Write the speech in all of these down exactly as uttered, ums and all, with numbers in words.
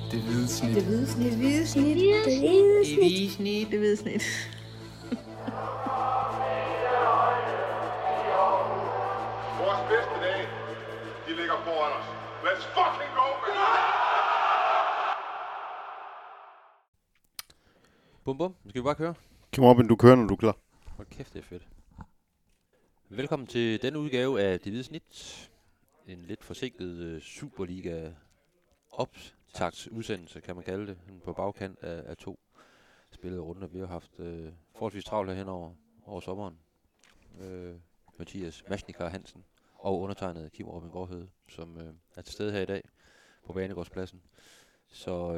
Det hvide snit. Det hvide snit. Det hvide snit. Det hvide snit. Det hvide snit. Det hvide snit. Vores bedste dage, de ligger foran os. Let's fucking go, man! Bum bum, skal vi bare køre? Kim Robin, du kører, når du er klar. Hold kæft, det er fedt. Velkommen til denne udgave af Det Hvide Snit. En lidt forsinket uh, Superliga optagsudsendelse, kan man kalde det. På bagkant af, af to spillede runder. Vi har haft uh, forholdsvis travlt herhen over, over sommeren. Uh, Mathias Maschnikar Hansen og undertegnet Kim Robin Gårdhede, som uh, er til stede her i dag på Banegårdspladsen. Så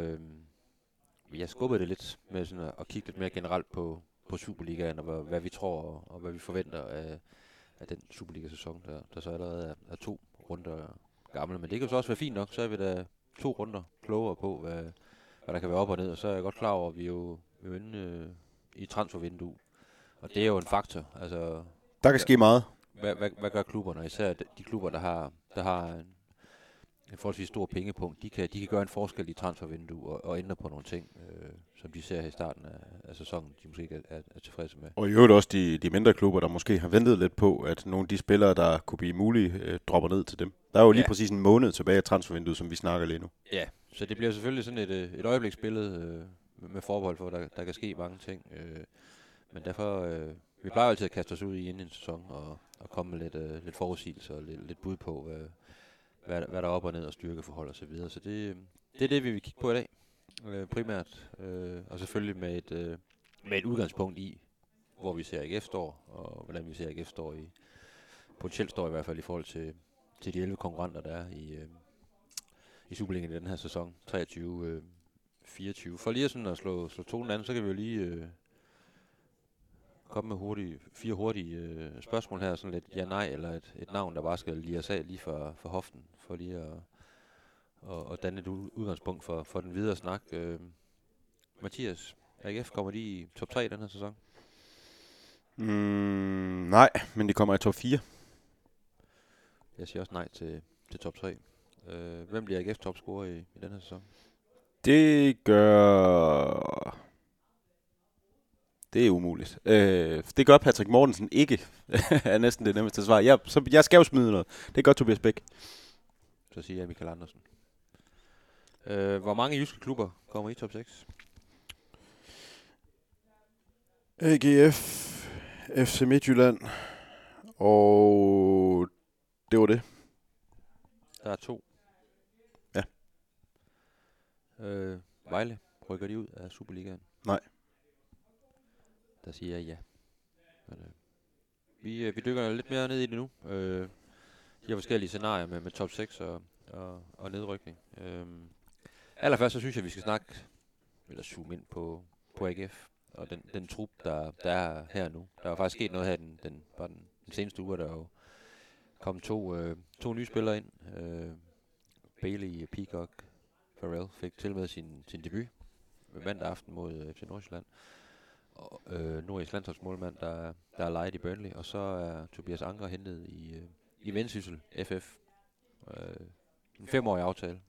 uh, jeg skubbede det lidt med sådan at, at kigge lidt mere generelt på, på Superligaen og hvad, hvad vi tror og, og hvad vi forventer af, af den Superliga-sæson, der, der så allerede er, er to runder gamle. Men det kan jo så også være fint nok, så er vi da to runder klogere på, hvad, hvad der kan være op og ned. Og så er jeg godt klar over, at vi jo vi er inde øh, i transfervindue. Og det er jo en faktor. Altså, Der kan hvad, ske meget. Hvad, hvad, hvad gør klubberne? Især de, de klubber, der har, der har en, en forholdsvis stor pengepunkt, de kan, de kan gøre en forskel i transfervindue og, og ændre på nogle ting, øh, som de ser her i starten af, af sæsonen, de måske ikke er, er tilfredse med. Og i øvrigt også de, de mindre klubber, der måske har ventet lidt på, at nogle af de spillere, der kunne blive mulige, øh, dropper ned til dem. Der er jo lige Ja. præcis en måned tilbage af transfervinduet, som vi snakker lige nu. Ja, så det bliver selvfølgelig sådan et, et øjebliksbillede øh, med forbehold for, at der, der kan ske mange ting. Øh, men derfor, øh, vi plejer altid at kaste os ud i inden en sæson og, og komme med lidt, øh, lidt forudsigelser og lidt, lidt bud på, hvad, hvad, hvad der er op og ned og styrkeforhold og så videre. Så det, det er det, vi vil kigge på i dag, øh, primært. Øh, og selvfølgelig med et, øh, med et udgangspunkt i, hvor vi ser A G F står, og hvordan vi ser A G F står i, potentielt står i hvert fald i forhold til, til de elleve konkurrenter, der er i, øh, i Superligaen i den her sæson, treogtyve fireogtyve. For lige at, sådan at slå, slå tonen an, så kan vi jo lige øh, komme med hurtige, fire hurtige øh, spørgsmål her, sådan lidt ja-nej, eller et, et navn, der bare skal lige os af lige for, for hoften, for lige at og, og danne et udgangspunkt for, for den videre snak. Øh, Mathias, A G F, kommer de i top tre i den her sæson? Mm, nej, men de kommer i top fire. Jeg siger også nej til, til top tre. Øh, hvem bliver A G F topscorer i, i den her sæson? Det gør... Det er umuligt. Øh, det gør Patrick Mortensen ikke, er næsten det nemmeste svar. Jeg, så jeg skal jo smide noget. Det gør Tobias Bæk. Så siger jeg Michael Andersen. Øh, hvor mange jyske klubber kommer i top seks? A G F, F C Midtjylland, og det var det. Der er to. Ja. Øh, Vejle, rykker de ud af Superligaen? Nej. Der siger jeg ja. Men, øh, vi, øh, vi dykker lidt mere ned i det nu. Øh, de har forskellige scenarier med, med top seks og, og, og nedrykning. Øh, allerførst så synes jeg, vi skal snakke, eller zoome ind på, på A G F og den, den trup, der, der er her nu. Der er faktisk sket noget her den, den, bare den, den seneste uge, der er jo kom to, øh, to nye spillere ind. Øh, Bailey, Peacock, Farrell fik til med sin, sin debut mandag aften mod øh, F C Nordsjælland. Og øh, Norges landsholdsmålmand, der, der er lejet i Burnley. Og så er Tobias Anker hentet i, øh, i Vendsyssel F F. Øh, en femårig aftale.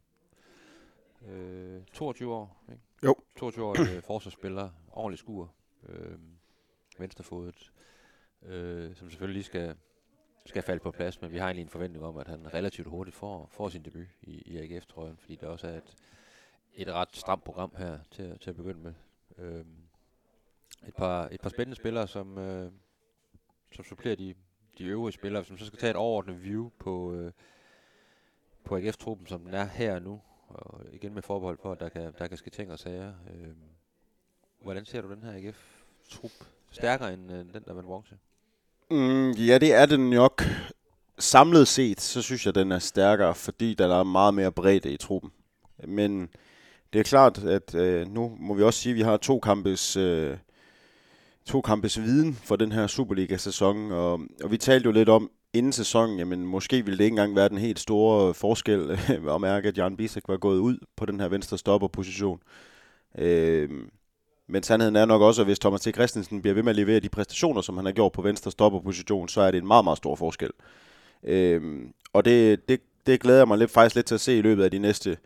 Øh, toogtyve år, ikke? Jo. toogtyve år øh, forsvarsspiller, ordentlig skur. Øh, venstrefodet. Øh, som selvfølgelig lige skal... skal falde på plads, men vi har egentlig en forventning om, at han relativt hurtigt får, får sin debut i, i A G F-trøjen, fordi der også er et, et ret stramt program her til, til at begynde med. Øhm, et, par, et par spændende spillere, som, øh, som supplerer de, de øvrige spillere, som så skal tage et overordnet view på, øh, på A G F-truppen, som den er her nu, og igen med forbehold på, at der kan, der kan ske ting og sager. Øhm, hvordan ser du den her A G F-trup? Stærkere end øh, den, der vandt bronze? Mm, ja, det er den nok. Samlet set, så synes jeg, den er stærkere, fordi der er meget mere bredde i truppen. Men det er klart, at øh, nu må vi også sige, at vi har to kampes, øh, to kampes viden for den her Superliga-sæson. Og, og vi talte jo lidt om inden sæsonen, jamen måske ville det ikke engang være den helt store forskel at mærke, at Jan Bisek var gået ud på den her venstre stopperposition. Øh, Men sandheden er nok også, at hvis Thomas T. Christensen bliver ved med at levere de præstationer, som han har gjort på venstre stopperposition, så er det en meget, meget stor forskel. Øhm, og det, det, det glæder jeg mig lidt, faktisk lidt til at se i løbet af de næste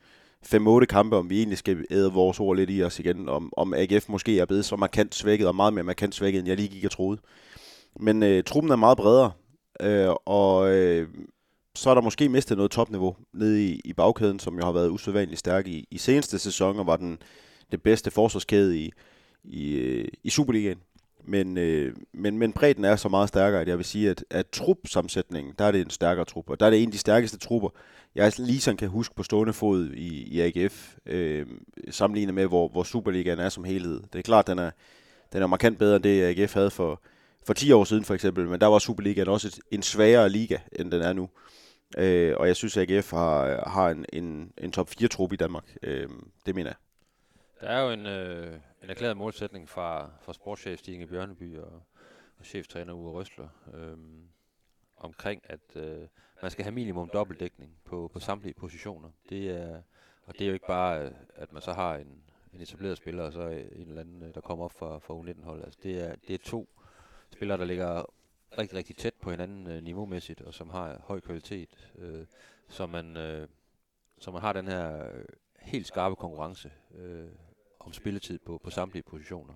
fem otte kampe, om vi egentlig skal æde vores ord lidt i os igen, om, om A G F måske er blevet så markant svækket, og meget mere markant svækket, end jeg lige gik og troede. Men øh, truppen er meget bredere, øh, og øh, så er der måske mistet noget topniveau nede i, i bagkæden, som jo har været usædvanligt stærk i, i seneste sæsoner, var den det bedste forsvarskæde i, i, øh, i Superligaen. Men, øh, men, men bredden er så meget stærkere, at jeg vil sige, at, at trupsammensætningen, der er det en stærkere trup, og der er det en af de stærkeste trupper, jeg lige sådan kan huske på stående fod i, i A G F, øh, sammenlignet med, hvor, hvor Superligaen er som helhed. Det er klart, den er, den er markant bedre, end det A G F havde for, for ti år siden for eksempel, men der var Superligaen også et, en svagere liga, end den er nu. Øh, og jeg synes, at A G F har, har en, en, en top fire trup i Danmark. Øh, det mener jeg. Der er jo en, øh, en erklæret målsætning fra, fra sportschef Stig Bjørneby og, og cheftræner Uwe Røsler øh, omkring, at øh, man skal have minimum dobbeltdækning på, på samtlige positioner. Det er, og det er jo ikke bare, at man så har en, en etableret spiller, og så en eller anden, der kommer op fra, fra U nitten-hold. Altså det, er, det er to spillere, der ligger rigtig, rigtig tæt på hinanden øh, niveaumæssigt, og som har høj kvalitet, øh, så, man, øh, så man har den her øh, helt skarpe konkurrence øh, om spilletid på, på samtlige positioner.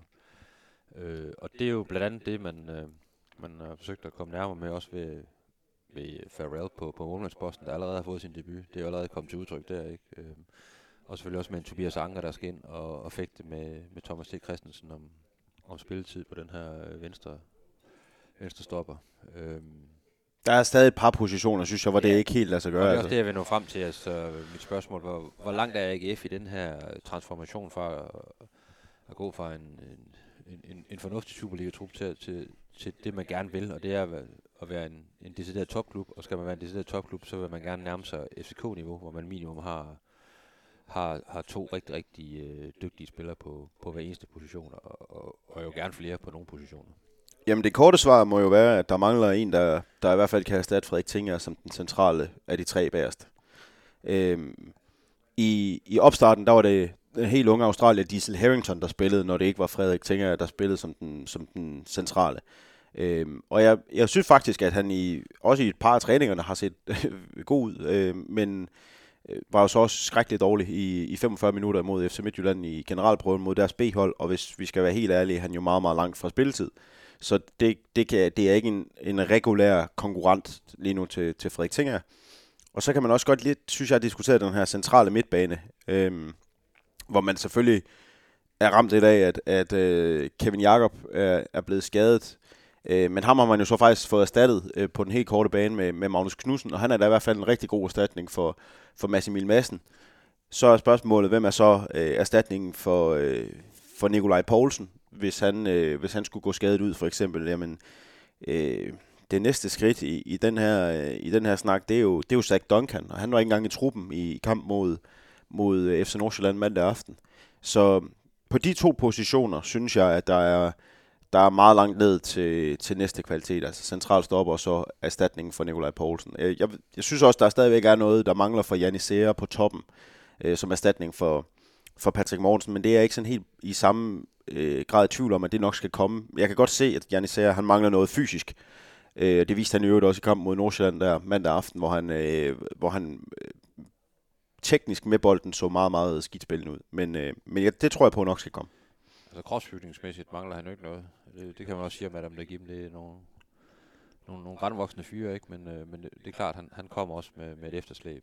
Øh, og det er jo blandt andet det, man, øh, man har forsøgt at komme nærmere med, også ved, ved Farrell på, på målmandsposten, der allerede har fået sin debut. Det er jo allerede kommet til udtryk der, ikke? Øh, og selvfølgelig også med en Tobias Anker, der skal ind og, og fægte med, med Thomas T. Christensen om, om spilletid på den her øh, venstre venstre stopper. Øhm. Der er stadig et par positioner, synes jeg, hvor ja. det ikke helt lader sig gøre. Og det er altså. også det, jeg vil nå frem til. Altså, mit spørgsmål var, hvor langt er A G F i den her transformation fra at, at gå fra en, en, en, en fornuftig Superliga-trup til, til, til det, man gerne vil, og det er at være en, en decideret topklub, og skal man være en decideret topklub, så vil man gerne nærme sig F C K-niveau, hvor man minimum har, har, har to rigtig, rigtig øh, dygtige spillere på, på hver eneste position, og, og, og jo gerne flere på nogle positioner. Jamen det korte svar må jo være, at der mangler en, der, der i hvert fald kan erstatte Frederik Tinger som den centrale af de tre bagerst. Øhm, i, I opstarten, der var det en helt unge Australier, Diesel Harrington, der spillede, når det ikke var Frederik Tinger, der spillede som den, som den centrale. Øhm, og jeg, jeg synes faktisk, at han i, også i et par af træningerne har set god ud, øh, men var jo så også skrækkeligt dårlig i, i femogfyrre minutter mod F C Midtjylland i generalprøven mod deres B-hold, og hvis vi skal være helt ærlige, han jo meget, meget langt fra spilletid. Så det, det, kan, det er ikke en, en regulær konkurrent lige nu til, til Frederik Tinger. Og så kan man også godt lidt, synes jeg, diskutere den her centrale midtbane, øhm, hvor man selvfølgelig er ramt lidt af, at, at øh, Kevin Jakob er, er blevet skadet. Øh, men ham har man jo så faktisk fået erstattet øh, på den helt korte bane med, med Magnus Knudsen, og han er da i hvert fald en rigtig god erstatning for, for Mads Emil Madsen. Så er spørgsmålet, hvem er så øh, erstatningen for, øh, for Nikolaj Poulsen, hvis han, øh, hvis han skulle gå skadet ud, for eksempel. Jamen, øh, det næste skridt i, i, den her, øh, i den her snak, det er jo, det er jo Zach Duncan, og han var ikke engang i truppen i kamp mod, mod øh, F C Nordsjælland mandag aften. Så på de to positioner, synes jeg, at der er, der er meget langt ned til, til næste kvalitet, altså central stopper og så erstatningen for Nikolaj Poulsen. Jeg, jeg, jeg synes også, der stadigvæk er noget, der mangler for Janni Seher på toppen, øh, som erstatning for, for Patrick Mortensen, men det er ikke sådan helt i samme øh, grad i tvivl om, at det nok skal komme. Jeg kan godt se, at Janni Seher, han mangler noget fysisk. Øh, det viste han i øvrigt også i kampen mod Nordsjælland der mandag aften, hvor han, øh, hvor han øh, teknisk med bolden så meget, meget skidt spillende ud. Men, øh, men ja, det tror jeg på nok skal komme. Altså kropsbygningsmæssigt mangler han jo ikke noget. Det, det kan man også sige om Adam Legim. Det er nogle, nogle, nogle grænvoksne fyre, ikke? Men, øh, men det, det er klart, han, han kommer også med, med et efterslæb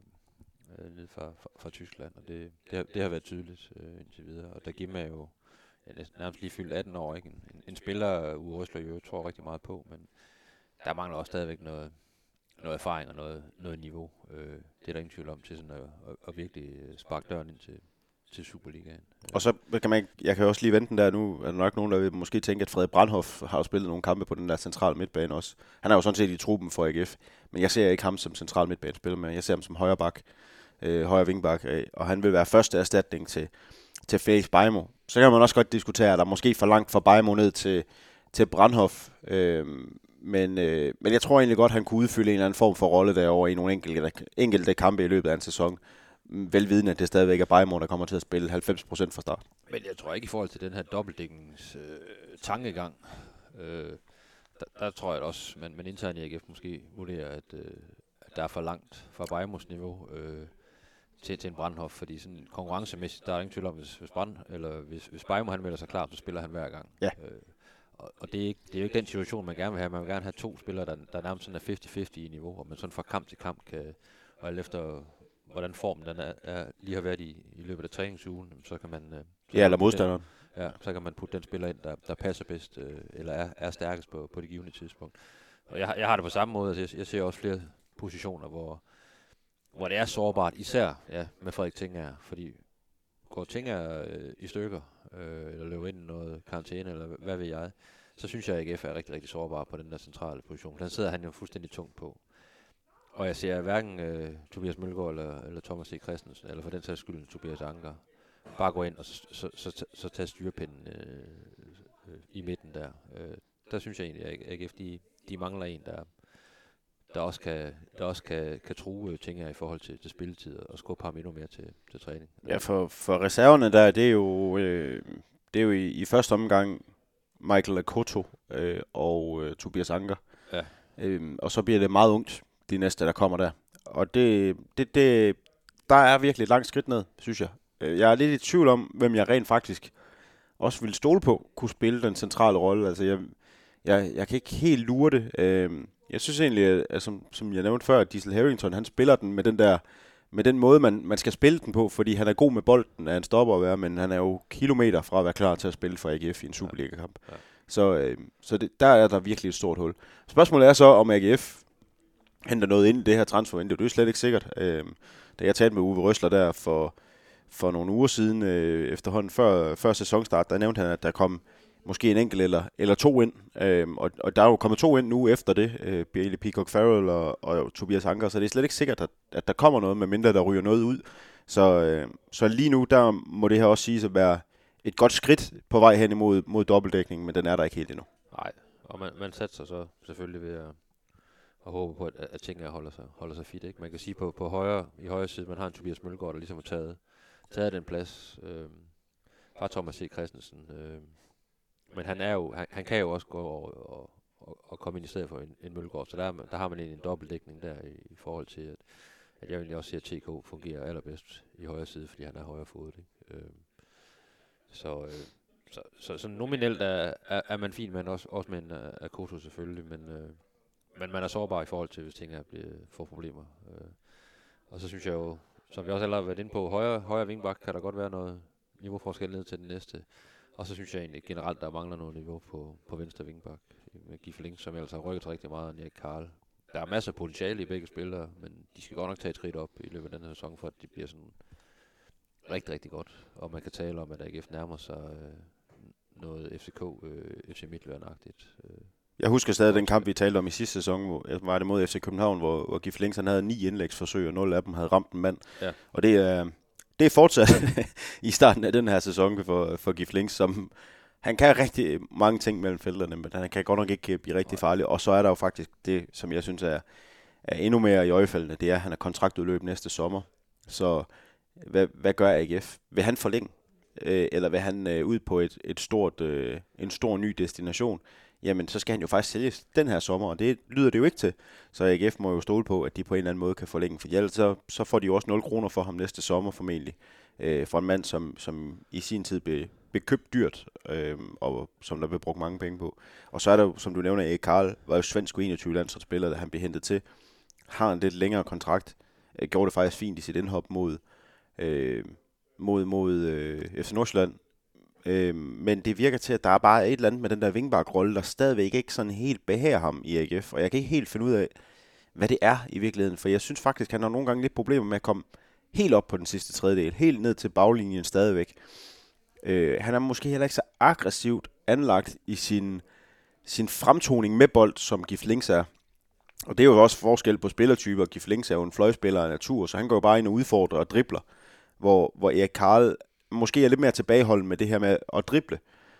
øh, ned fra, fra, fra Tyskland, og det, det, har, det har været tydeligt øh, indtil videre. Og Legim er jo ja, nærmest lige fyldt atten år, ikke? En, en, en spiller, Uwe Røsler jo tror rigtig meget på, men der mangler også stadigvæk noget, noget erfaring og noget, noget niveau. Øh, det er der ingen tvivl om til sådan at, at, at virkelig sparke døren ind til til Superligaen. Og så kan man, jeg kan også lige vente den der nu, er der nok nogen, der vil måske tænke, at Frederik Brandhoff har jo spillet nogle kampe på den der centrale midtbane også. Han er jo sådan set i truppen for A G F, men jeg ser ikke ham som central midtbanespiller, men jeg ser ham som højre bak, øh, højre vingbak, øh, og han vil være første erstatning til, til Felix Beijmo. Så kan man også godt diskutere, at der måske for langt fra Beijmo ned til, til Brandhoff, øh, men, øh, men jeg tror egentlig godt, han kunne udfylde en eller anden form for rolle derovre i nogle enkelte, enkelte kampe i løbet af en sæson. Velvidende, at det stadigvæk er Beijmo, der kommer til at spille halvfems procent fra start. Men jeg tror ikke i forhold til den her dobbeltdæknings øh, tankegang, øh, der, der tror jeg også, man, man internt i A G F måske vurderer, at, øh, at der er for langt fra Beijmos niveau øh, til, til en Brandhoff, fordi sådan konkurrencemæssigt, der er ingen tvivl om, hvis, hvis Brand, eller hvis, hvis Bajmo han melder sig klar, så spiller han hver gang. Ja. Øh, og og det, er ikke, det er jo ikke den situation, man gerne vil have. Man vil gerne have to spillere, der, der nærmest sådan er halvtreds halvtreds i niveau, og man sådan fra kamp til kamp kan, og alt efter hvordan formen den er, er, lige har været i, i løbet af træningsugen, så kan man... Øh, så Ja, eller modstanderen. Ja, så kan man putte den spiller ind, der, der passer bedst, øh, eller er, er stærkest på, på det givende tidspunkt. Og jeg, jeg har det på samme måde, altså jeg, jeg ser også flere positioner, hvor, hvor det er sårbart, især ja, med Frederik Tinger, fordi går Tinger øh, i stykker, øh, eller løber ind i noget karantæne, eller hvad ved jeg, så synes jeg, at A G F er rigtig, rigtig sårbar på den der centrale position. Den sidder han jo fuldstændig tungt på. Og jeg ser hverken øh, Tobias Mølgaard eller, eller Thomas E. Christensen, eller for den sags skyld Tobias Anker, bare gå ind og så, så, så, så, så tage styrepinden øh, øh, i midten der. Øh, der synes jeg egentlig, at A G F de, de mangler en, der, der også kan, der også kan, kan true ting her i forhold til, til spilletid og skubbe ham endnu mere til, til træning. Ja, for, for reserverne der, det er jo, øh, det er jo i, i første omgang Michael Akoto øh, og øh, Tobias Anker. Ja. Øh, og så bliver det meget ungt, de næste, der kommer der. Og det, det, det, der er virkelig et langt skridt ned, synes jeg. Jeg er lidt i tvivl om, hvem jeg rent faktisk også ville stole på, kunne spille den centrale rolle. Altså, jeg, jeg, jeg kan ikke helt lure det. Jeg synes egentlig, at, som, som jeg nævnte før, at Diesel Harrington, han spiller den med den der, med den måde, man, man skal spille den på, fordi han er god med bolden, er han stopper at være, men han er jo kilometer fra at være klar til at spille for A G F i en Superliga-kamp. Ja. Ja. Så, øh, så det, der er der virkelig et stort hul. Spørgsmålet er så, om A G F henter noget ind i det her transfervindue. Det er slet ikke sikkert. Øh, da jeg talte med Uwe Røsler der for... For nogle uger siden, øh, efterhånden før, før sæsonstart, der nævnte han, at der kom måske en enkelt eller, eller to ind. Øhm, og, og der er jo kommet to ind nu efter det, øh, Bailey Peacock Farrell og, og Tobias Anker, så det er slet ikke sikkert, at, at der kommer noget, medmindre der ryger noget ud. Så, øh, så lige nu, der må det her også siges at være et godt skridt på vej hen imod mod dobbeltdækning, men den er der ikke helt endnu. Nej, og man, man satser så selvfølgelig ved at, at håbe på, at, at tingene holder sig, holder sig fit. Ikke? Man kan sige på, på højre, i højre side, man har en Tobias Mølgaard, der ligesom har taget taget den plads øh, fra Thomas E. Christensen. Øh, men han er jo, han, han kan jo også gå over og, og, og komme ind i stedet for en, en Mølgaard. Så der, der har man en dobbeltdækning der i, i forhold til, at, at jeg egentlig også siger, at T K fungerer allerbedst i højre side, fordi han er højre fodet. Ikke? Øh, så, øh, så, så, så nominelt er, er, er man fin, men også, også med en Akoto selvfølgelig, men, øh, men man er sårbar i forhold til, hvis ting er bliver, får problemer. Øh, og så synes jeg jo, som vi også allerede har været inde på, højre, højre vingbak kan der godt være noget niveauforskel ned til den næste. Og så synes jeg egentlig generelt, der mangler noget niveau på, på venstre vingbak med Gifling, som altså har rykket rigtig meget, og Erik Karl. Der er masser af potentiale i begge spillere, men de skal godt nok tage et skridt op i løbet af den her sæson, for at de bliver sådan rigtig, rigtig godt. Og man kan tale om, at A G F nærmer sig øh, noget F C K, øh, F C Midtjylland-agtigt. Øh. Jeg husker stadig den kamp, vi talte om i sidste sæson, hvor var det mod F C København, hvor, hvor Gifling han havde ni indlægsforsøg, og nul af dem havde ramt en mand. Ja. Og det er, det er fortsat i starten af den her sæson for, for Gifling, som han kan rigtig mange ting mellem felterne, men han kan godt nok ikke blive rigtig farlig. Og så er der jo faktisk det, som jeg synes er, er endnu mere i øjefaldene, det er, at han er kontraktudløb næste sommer. Så hvad, hvad gør A G F? Vil han forlænge? Øh, eller vil han øh, ud på et, et stort, øh, en stor ny destination? Jamen, så skal han jo faktisk sælges den her sommer, og det lyder det jo ikke til. Så A G F må jo stole på, at de på en eller anden måde kan forlænge, for ellers så, så får de jo også nul kroner for ham næste sommer formentlig. Øh, for en mand, som, som i sin tid blev, blev købt dyrt, øh, og som der blev brugt mange penge på. Og så er der jo, som du nævner, Erik Karl, var jo svensk U enogtyve landsholdsspiller, da han blev hentet til. Har en lidt længere kontrakt. Øh, gjorde det faktisk fint i sit indhop mod, øh, mod, mod øh, F C Nordsjælland. Øh, men det virker til, at der er bare et eller andet med den der vingbak-rolle, der stadigvæk ikke sådan helt behager ham i A G F. Og jeg kan ikke helt finde ud af, hvad det er i virkeligheden. For jeg synes faktisk, at han har nogle gange lidt problemer med at komme helt op på den sidste tredjedel. Helt ned til baglinjen stadigvæk. Øh, han er måske heller ikke så aggressivt anlagt i sin, sin fremtoning med bold, som Giflings er. Og det er jo også forskel på spillertyper. Giflings er jo en fløjspiller af natur, så han går jo bare ind og udfordrer og dribler. Hvor, hvor Erik Karl måske er lidt mere tilbageholden med det her med at drible.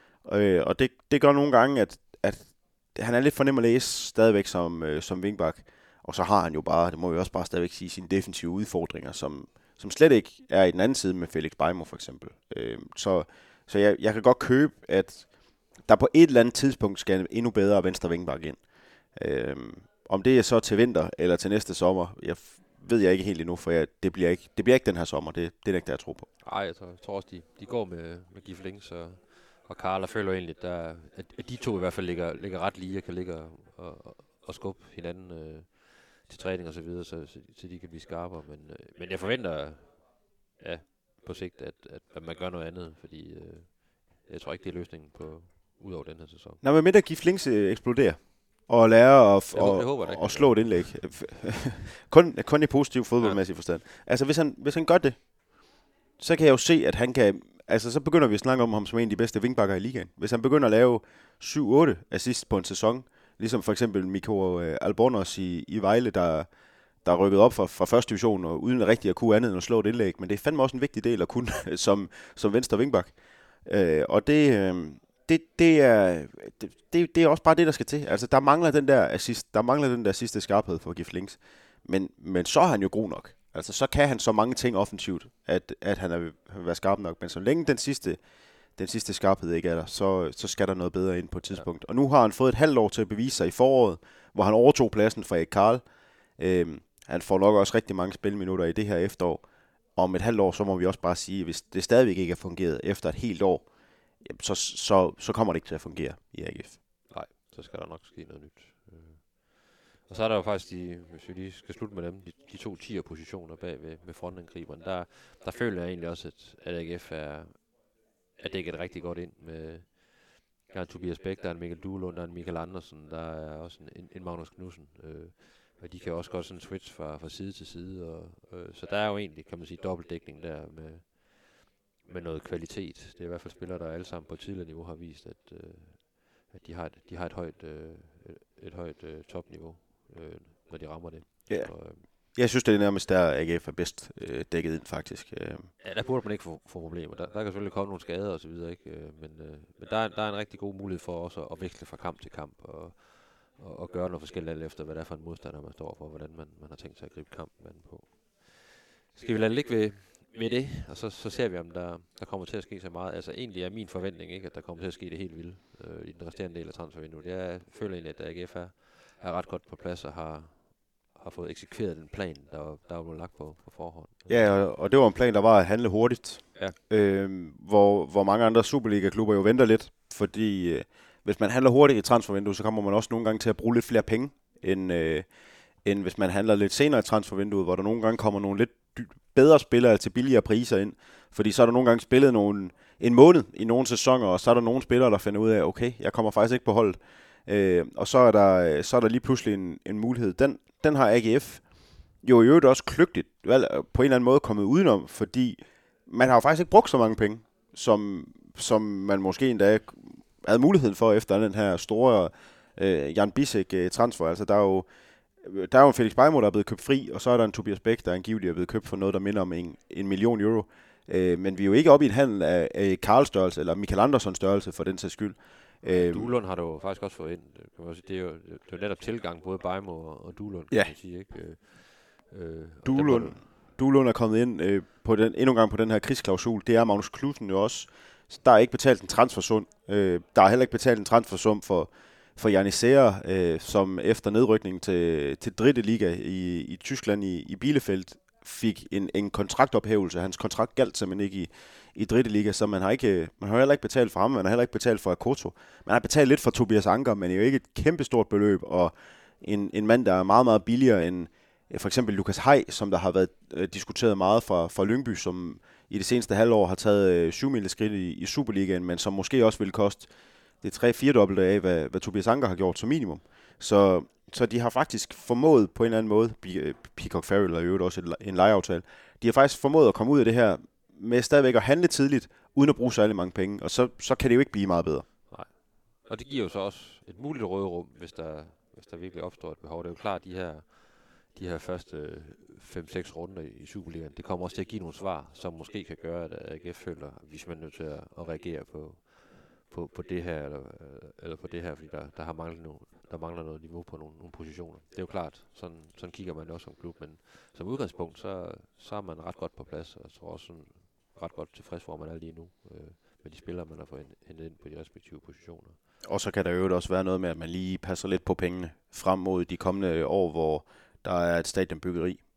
Øh, og det, det gør nogle gange, at, at han er lidt for nem at læse stadigvæk som, øh, som vingbak. Og så har han jo bare, det må vi også bare stadigvæk sige, sine defensive udfordringer, som, som slet ikke er i den anden side med Felix Bajmo for eksempel. Øh, så så jeg, jeg kan godt købe, at der på et eller andet tidspunkt skal endnu bedre venstre vingbak ind. Øh, om det er så til vinter eller til næste sommer, jeg ved jeg ikke helt endnu, for jeg, det, bliver ikke, det bliver ikke den her sommer. Det, det er ikke det, jeg tror på. Nej, jeg tror, tror også, de, de går med, med Gif Links og, og Karl, og føler egentlig, der, at, at de to i hvert fald ligger, ligger ret lige og kan ligge og, og, og skubbe hinanden øh, til træning og så videre, så, så, så de kan blive skarpere. Men, øh, men jeg forventer ja, på sigt, at, at, at man gør noget andet, fordi øh, jeg tror ikke, det er løsningen på ud over den her sæson. Nå, men med at Gif Links øh, eksploderer og lære at, jeg og, håber, jeg håber, og slå et indlæg. kun, kun i positiv fodboldmæssig forstand. Altså, hvis han, hvis han gør det, så kan jeg jo se, at han kan... Altså, så begynder vi at snakke om ham som en af de bedste wingbacker i ligaen. Hvis han begynder at lave syv otte assist på en sæson, ligesom for eksempel Mikko Albornoz i, i Vejle, der, der er rykket op fra, fra første division, og uden rigtig at kunne andet end at slå et indlæg. Men det er fandme også en vigtig del at kunne som, som venstre wingback. Øh, og det... Øh, Det, det, er, det, det, det er også bare det, der skal til. Altså, der mangler den der assist, der mangler den der sidste skarphed for Gif Links. Men, men så er han jo god nok. Altså, så kan han så mange ting offensivt, at, at han er, vil være skarp nok. Men så længe den sidste, den sidste skarphed ikke er der, så, så skal der noget bedre ind på et tidspunkt. Ja. Og nu har han fået et halvt år til at bevise sig i foråret, hvor han overtog pladsen fra Erik Karl. Øhm, han får nok også rigtig mange spilminutter i det her efterår. Om et halvt år, så må vi også bare sige, hvis det stadigvæk ikke er fungeret efter et helt år, Så, så, så kommer det ikke til at fungere i A G F. Nej, så skal der nok ske noget nyt. Og så er der jo faktisk, de, hvis vi lige skal slutte med dem, de, de to tier-positioner bag ved, med frontangriberen. Der, der føler jeg egentlig også, at, at A G F er, er dækket rigtig godt ind med der er Tobias Bæk, der er en Mikkel Duelund, der er en Michael Andersen, der er også en, en Magnus Knudsen. Øh, og de kan også godt sådan switch fra, fra side til side. Og, øh, så der er jo egentlig, kan man sige, dobbeltdækning der med... med noget kvalitet. Det er i hvert fald spillere, der alle sammen på et tidligere niveau har vist, at, øh, at de har et, de har et højt, øh, et, et højt øh, topniveau, øh, når de rammer det. Ja. Så, øh, Jeg synes, det er nærmest der, A G F er bedst øh, dækket ind, faktisk. Ja, der burde man ikke få, få problemer. Der, der kan selvfølgelig komme nogle skader og så videre, ikke? Men, øh, men der, er, der er en rigtig god mulighed for også at, at veksle fra kamp til kamp og, og, og gøre noget forskelligt alt efter, hvad det er for en modstander, man står for, hvordan man, man har tænkt sig at gribe kampen an på. Skal vi lade det ligge ved, med det, og så, så ser vi, om der, der kommer til at ske så meget. Altså egentlig er min forventning ikke, at der kommer til at ske det helt vildt øh, i den resterende del af transfervinduet. Jeg føler egentlig, at A G F er, er ret godt på plads og har, har fået eksekveret den plan, der, der var blevet lagt på, på forhånd. Ja, og, og det var en plan, der var at handle hurtigt. Ja. Øh, hvor, hvor mange andre Superliga-klubber jo venter lidt, fordi øh, hvis man handler hurtigt i transfervinduet, så kommer man også nogle gange til at bruge lidt flere penge, end, øh, end hvis man handler lidt senere i transfervinduet, hvor der nogle gange kommer nogle lidt bedre spillere til billigere priser ind, fordi så er der nogle gange spillet nogle, en måned i nogle sæsoner, og så er der nogle spillere, der finder ud af, okay, jeg kommer faktisk ikke på holdet, øh, og så er, der, så er der lige pludselig en, en mulighed. Den, den har A G F jo i øvrigt også kløgtigt vel, på en eller anden måde kommet udenom, fordi man har jo faktisk ikke brugt så mange penge, som, som man måske endda havde muligheden for efter den her store øh, Jan Bisek-transfer. Altså der er jo Der er jo en Felix Beimo, der er blevet købt fri, og så er der en Tobias Bæk, der angiveligt er blevet købt for noget, der minder om en, en million euro. Øh, men vi er jo ikke oppe i en handel af, af Karls størrelse, eller Michael Andersens størrelse, for den sags skyld. Øh, Duelund har du jo faktisk også fået ind. Kan man sige. Det er jo, det er jo netop tilgang, både Beimo og, og Duelund, kan ja. man sige. Ikke? Øh, Duelund, Duelund er kommet ind øh, på den, endnu en gang på den her krigsklausul. Det er Magnus Knudsen jo også. Der er ikke betalt en transfersum. Øh, der er heller ikke betalt en transfersum for... for Janisera, øh, som efter nedrykningen til, til dritte liga i, i Tyskland i, i Bielefeld, fik en, en kontraktophævelse. Hans kontrakt galt simpelthen ikke i, i dritte liga, så man har, ikke, man har heller ikke betalt for ham, man har heller ikke betalt for Akoto. Man har betalt lidt for Tobias Anker, men det er jo ikke et kæmpestort beløb, og en, en mand, der er meget, meget billigere end for eksempel Lukas Hej, som der har været øh, diskuteret meget fra, fra Lyngby, som i det seneste halvår har taget øh, syv mil skridt i, i Superligaen, men som måske også vil koste det er tre-fire dobbelte af, hvad, hvad Tobias Anker har gjort som minimum. Så, så de har faktisk formået på en eller anden måde, Peacock Farrell er jo også en lejeaftale, de har faktisk formået at komme ud af det her med stadigvæk at handle tidligt, uden at bruge særlig mange penge, og så, så kan det jo ikke blive meget bedre. Nej. Og det giver jo så også et muligt råderum, hvis der, hvis der virkelig opstår et behov. Det er jo klart, de her, de her første fem seks runder i Superligaen, det kommer også til at give nogle svar, som måske kan gøre, at A G F føler, at vi er nødt til at, at reagere på På, på det her, eller, eller på det her, fordi der, der, har manglet no, der mangler noget niveau på nogle, nogle positioner. Det er jo klart, sådan, sådan kigger man også som klub, men som udgangspunkt, så, så er man ret godt på plads, og jeg tror også sådan, ret godt tilfreds, hvor man er lige nu, øh, med de spillere, man har fået hentet ind på de respektive positioner. Og så kan der jo også være noget med, at man lige passer lidt på pengene frem mod de kommende år, hvor der er et stadionbyggeri,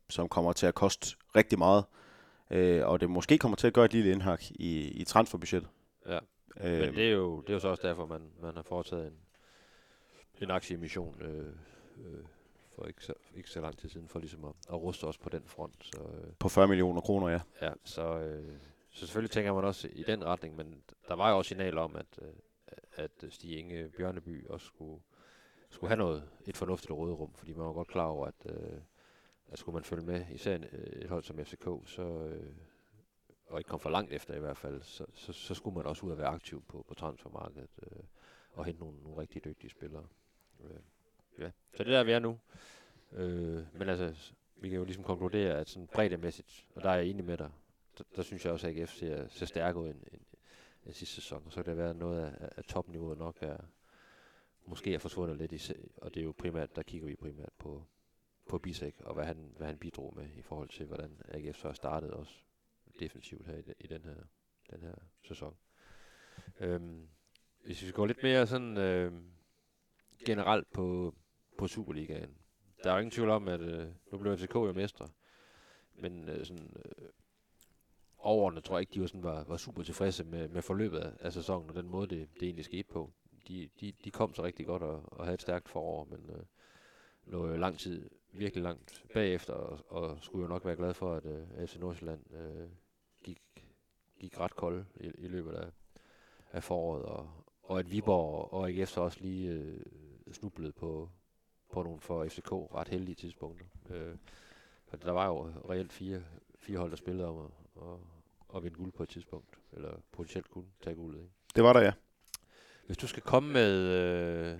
som kommer til at koste rigtig meget. Øh, og det måske kommer til at gøre et lille indhak i, i transferbudgettet. Ja, øh, men det er, jo, det er jo så også derfor, man, man har foretaget en, en aktieemission øh, øh, for ikke så, ikke så lang tid siden, for ligesom at, at ruste os på den front. Så, øh, på fyrre millioner kroner, ja. Ja, så, øh, så selvfølgelig tænker man også i den retning, men der var jo også signal om, at, øh, at Stig Inge Bjørneby også skulle, skulle have noget, et fornuftigt råderum, fordi man var godt klar over, at, øh, at skulle man følge med, især et hold som F C K, så, øh, og ikke komme for langt efter i hvert fald, så, så, så skulle man også ud og være aktiv på, på transfermarkedet øh, og hente nogle, nogle rigtig dygtige spillere. Øh, ja. Så det er der, vi er nu. Øh, men altså, vi kan jo ligesom konkludere, at sådan breddemæssigt, og der er jeg enig med dig, der, der synes jeg også, at A G F ser, ser stærkere ud end, end, end sidste sæson, og så kan det være noget af, af topniveauet nok er, måske er forsvundet lidt, i, og det er jo primært, der kigger vi primært på, på Bisek, og hvad han, hvad han bidrog med i forhold til, hvordan A G F så har startet også defensivt her i, i den her, den her sæson. Øhm, hvis vi går lidt mere sådan øh, generelt på, på Superligaen, der er jo ingen tvivl om, at øh, nu blev F C K jo mestre, men øh, sådan øh, overordnet tror jeg ikke, de var, sådan, var, var super tilfredse med, med forløbet af, af sæsonen, og den måde, det, det egentlig skete på. De, de, de kom så rigtig godt og, og havde et stærkt forår, men øh, lå jo lang tid, virkelig langt bagefter, og, og skulle jo nok være glad for, at øh, F C Nordsjælland øh, gik, gik ret kold i, i løbet af, af foråret, og, og at Viborg og A G F så også lige øh, snublede på, på nogle for F C K ret heldige tidspunkter. Øh, for der var jo reelt fire, fire hold, der spillede om at, at, at vinde guld på et tidspunkt, eller potentielt kunne tage guldet. Ikke? Det var der, ja. Hvis du skal komme med, øh,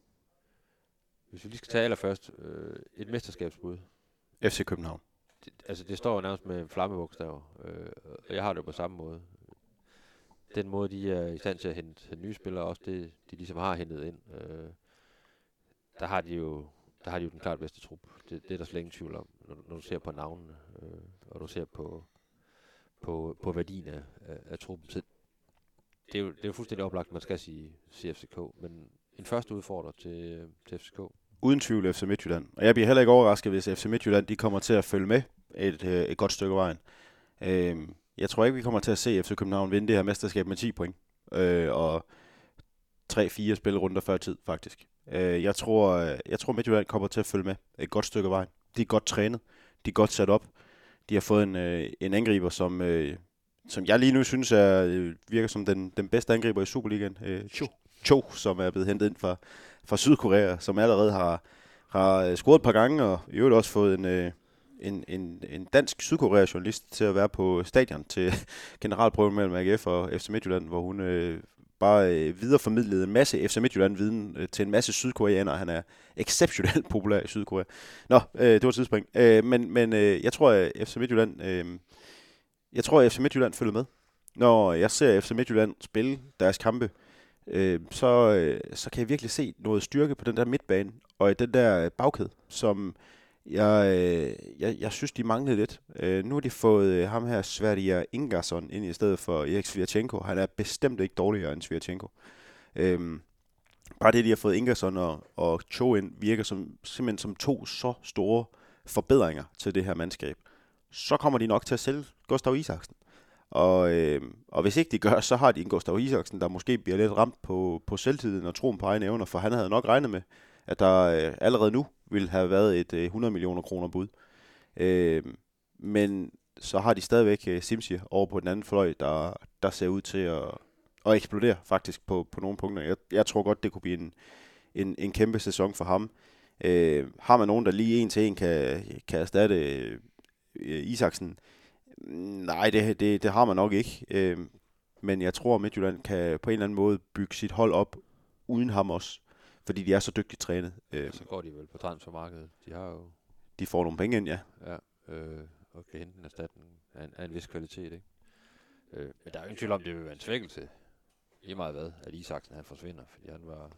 hvis vi lige skal tage allerførst, øh, et mesterskabsbud. F C København. Det, altså det står jo nærmest med flammebogstaver, øh, og jeg har det jo på samme måde. Den måde, de er i stand til at hente, hente nye spillere, også det, de ligesom har hentet ind, øh, der har de jo der har de jo den klart bedste trup. Det, det er der slet ingen tvivl om, når, når du ser på navnene, øh, og du ser på, på, på værdien af, af, af truppen. Så det er jo, det er jo fuldstændig oplagt, man skal sige, sige F C K, men en første udfordrer til, til F C K. Uden tvivl F C Midtjylland. Og jeg bliver heller ikke overrasket, hvis F C Midtjylland de kommer til at følge med et, et godt stykke af vejen. Øh, jeg tror ikke, vi kommer til at se F C København vinde det her mesterskab med ti point. Øh, og tre fire spillerunder før tid, faktisk. Øh, jeg tror, jeg tror Midtjylland kommer til at følge med et godt stykke af vejen. De er godt trænet. De er godt sat op. De har fået en, øh, en angriber, som, øh, som jeg lige nu synes er, øh, virker som den, den bedste angriber i Superligaen. Øh, Cho. Cho, som er blevet hentet ind fra, fra Sydkorea, som allerede har, har scoret et par gange, og i øvrigt også fået en, øh, en, en, en dansk Sydkorea-journalist til at være på stadion til generalprøven mellem A G F og F C Midtjylland, hvor hun øh, bare øh, videreformidlede en masse F C Midtjylland-viden øh, til en masse sydkoreanere. Han er exceptionelt populær i Sydkorea. Nå, øh, det var et tidsspring. Øh, men men øh, jeg tror, at F C Midtjylland, øh, jeg tror, at F C Midtjylland følger med. Når jeg ser F C Midtjylland spille deres kampe, øh, så, øh, så kan jeg virkelig se noget styrke på den der midtbane, og i den der bagkæde, som jeg, øh, jeg, jeg synes, de manglede lidt. Øh, nu har de fået øh, ham her, Sverrir Ingarsson, ind i stedet for Erik Svirchenko. Han er bestemt ikke dårligere end Svirchenko. Øh, bare det, de har fået Ingarsson og, og Cho ind, virker som, simpelthen som to så store forbedringer til det her mandskab. Så kommer de nok til at sælge Gustav Isaksen. Og, øh, og hvis ikke de gør, så har de en Gustav Isaksen, der måske bliver lidt ramt på, på selvtiden og troen på egne evner, for han havde nok regnet med, at der øh, allerede nu ville have været et øh, hundrede millioner kroner bud. Øh, men så har de stadigvæk øh, Simsie over på den anden fløj, der, der ser ud til at, at eksplodere faktisk på, på nogle punkter. Jeg, jeg tror godt, det kunne blive en, en, en kæmpe sæson for ham. Øh, har man nogen, der lige en til en kan, kan erstatte øh, Isaksen? Nej, det, det, det har man nok ikke. Øh, men jeg tror, at Midtjylland kan på en eller anden måde bygge sit hold op uden ham også. Fordi de er så dygtigt trænet. Øh, så går de vel på transfermarkedet. De har jo... De får nogle penge ind, ja. Ja, øh, og kan hente en erstatning af en, af en vis kvalitet, ikke? Øh, men der er jo ingen tvivl om, det vil være en svækkelse. Lige meget hvad, at Isaksen han forsvinder, fordi han var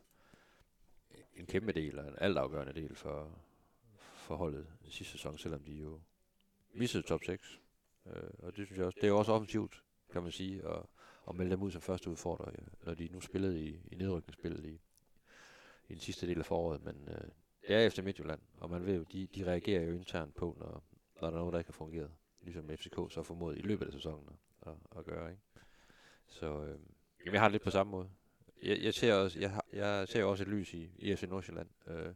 en kæmpe del, og en altafgørende del for, for holdet sidste sæson, selvom de jo missede top seks. Øh, og det synes jeg også, det er jo også offensivt, kan man sige, at, at melde dem ud som første udfordrer, når de nu spillede i, i nedrykningsspillet i i den sidste del af foråret, men øh, det er efter Midtjylland, og man ved jo, de, de reagerer jo internt på, når, når der er noget, der ikke har fungeret. Ligesom F C K så formået i løbet af sæsonen at, at gøre, ikke? Så øh, jamen, jeg har det lidt på samme måde. Jeg, jeg, ser også, jeg, har, jeg ser også et lys i, i F C Nordsjælland. Øh,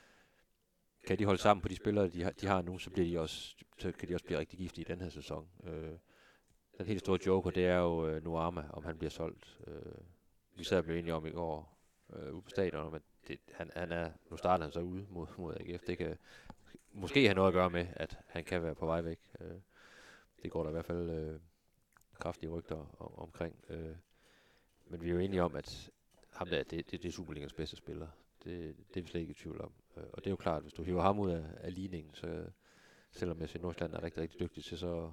kan de holde sammen på de spillere, de har, de har nu, så, bliver de også, så kan de også blive rigtig giftige i den her sæson. Øh, den helt store joker, det er jo øh, Nuama, om han bliver solgt. Øh, vi sad og blev enige om i går øh, ude på stadion, men det, han, han er, nu starter han så ude mod, mod A G F. Det kan måske have noget at gøre med, at han kan være på vej væk. Øh, det går der i hvert fald øh, kraftige rygter om, omkring. Øh, men vi er jo enige om, at ham der, det, det, det er Superligas bedste spiller. Det, det er vi slet ikke i tvivl om. Øh, og det er jo klart, hvis du hiver ham ud af, af ligningen, så selvom F C Nordsjælland er rigtig, rigtig dygtig til så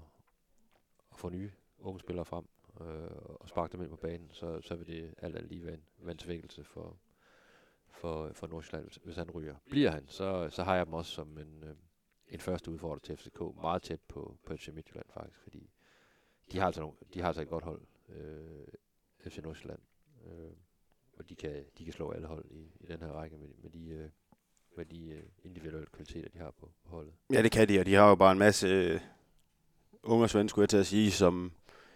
at få nye unge spillere frem øh, og sparke dem ind på banen, så, så vil det alt andet lige være en, være en tvækkelse for, for, for Nordsjælland, hvis, hvis han ryger. Bliver han, så, så har jeg dem også som en, øh, en første udfordrer til F C K, meget tæt på, på F C Midtjylland faktisk, fordi de har altså, nogle, de har altså et godt hold, øh, F C Nordsjælland, øh, og de kan, de kan slå alle hold i, i den her række med, med de, øh, med de øh, individuelle kvaliteter, de har på, på holdet. Ja, det kan de, og de har jo bare en masse øh, unge og svend, skulle jeg til at sige, som,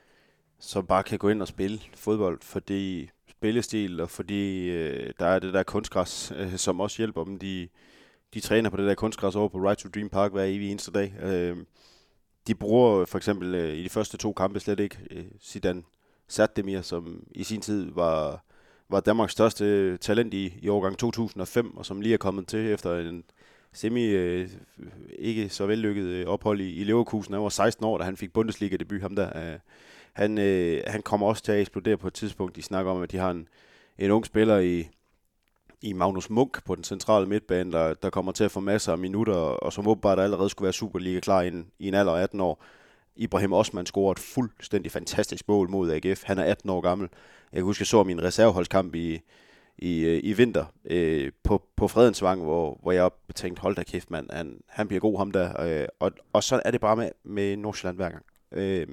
som bare kan gå ind og spille fodbold, fordi spillestil, og fordi øh, der er det der kunstgræs, øh, som også hjælper dem. De, de træner på det der kunstgræs over på Right to Dream Park hver evig eneste dag. Øh, de bruger for eksempel øh, i de første to kampe slet ikke øh, Zidane Saddemir, som i sin tid var, var Danmarks største talent i, i årgang to tusind og fem, og som lige er kommet til efter en semi øh, ikke så vellykket øh, ophold i, i Leverkusen. Han var seksten år, da han fik Bundesliga-debut. Ham der, øh, han, øh, han kommer også til at eksplodere på et tidspunkt. De snakker om, at de har en, en ung spiller i, i Magnus Munk på den centrale midtbane, der, der kommer til at få masser af minutter, og som åbenbart allerede skulle være Superliga klar i en, i en alder af atten år. Ibrahim Osman scorer et fuldstændig fantastisk mål mod A G F. Han er atten år gammel. Jeg kan huske, jeg så min reserveholdskamp i, i, i vinter øh, på, på Fredensvang, hvor, hvor jeg tænkte, hold da kæft, mand, han, han bliver god ham der. Øh, og, og så er det bare med, med Nordsjælland hver gang. Øh,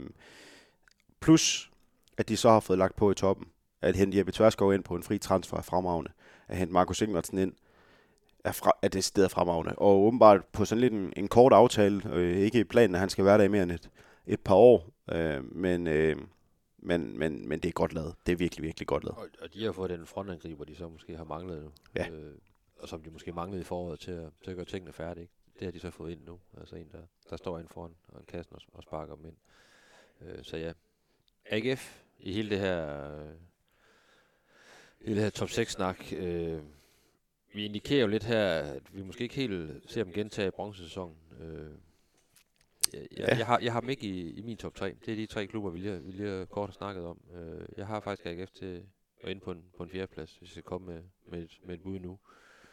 plus, at de så har fået lagt på i toppen. At hente Jeppe Tverskov ind på en fri transfer er fremragende. At hente Markus Ingvartsen ind er, fra, er det sted fremragende. Og åbenbart på sådan lidt en, en kort aftale, øh, ikke i planen, at han skal være der i mere end et, et par år, øh, men, øh, men, men, men det er godt lavet. Det er virkelig, virkelig godt lavet. Og, og de har fået den frontangriber, de så måske har manglet nu. Ja. Øh, og som de måske manglede i foråret til at, til at gøre tingene færdige. Det har de så fået ind nu. Altså en, der, der står ind foran og en kassen og, og sparker dem ind. Øh, så ja, A G F i hele det her, øh, hele det her top seks-snak, øh, vi indikerer jo lidt her, at vi måske ikke helt ser dem gentage i bronzesæsonen. Øh, jeg, jeg, jeg, har, jeg har dem ikke i, i min top tre. Det er de tre klubber, vi lige, vi lige kort har snakket om. Øh, jeg har faktisk A G F til at ind på en, på en fjerdeplads, hvis jeg skal komme med, med, et, med et bud nu.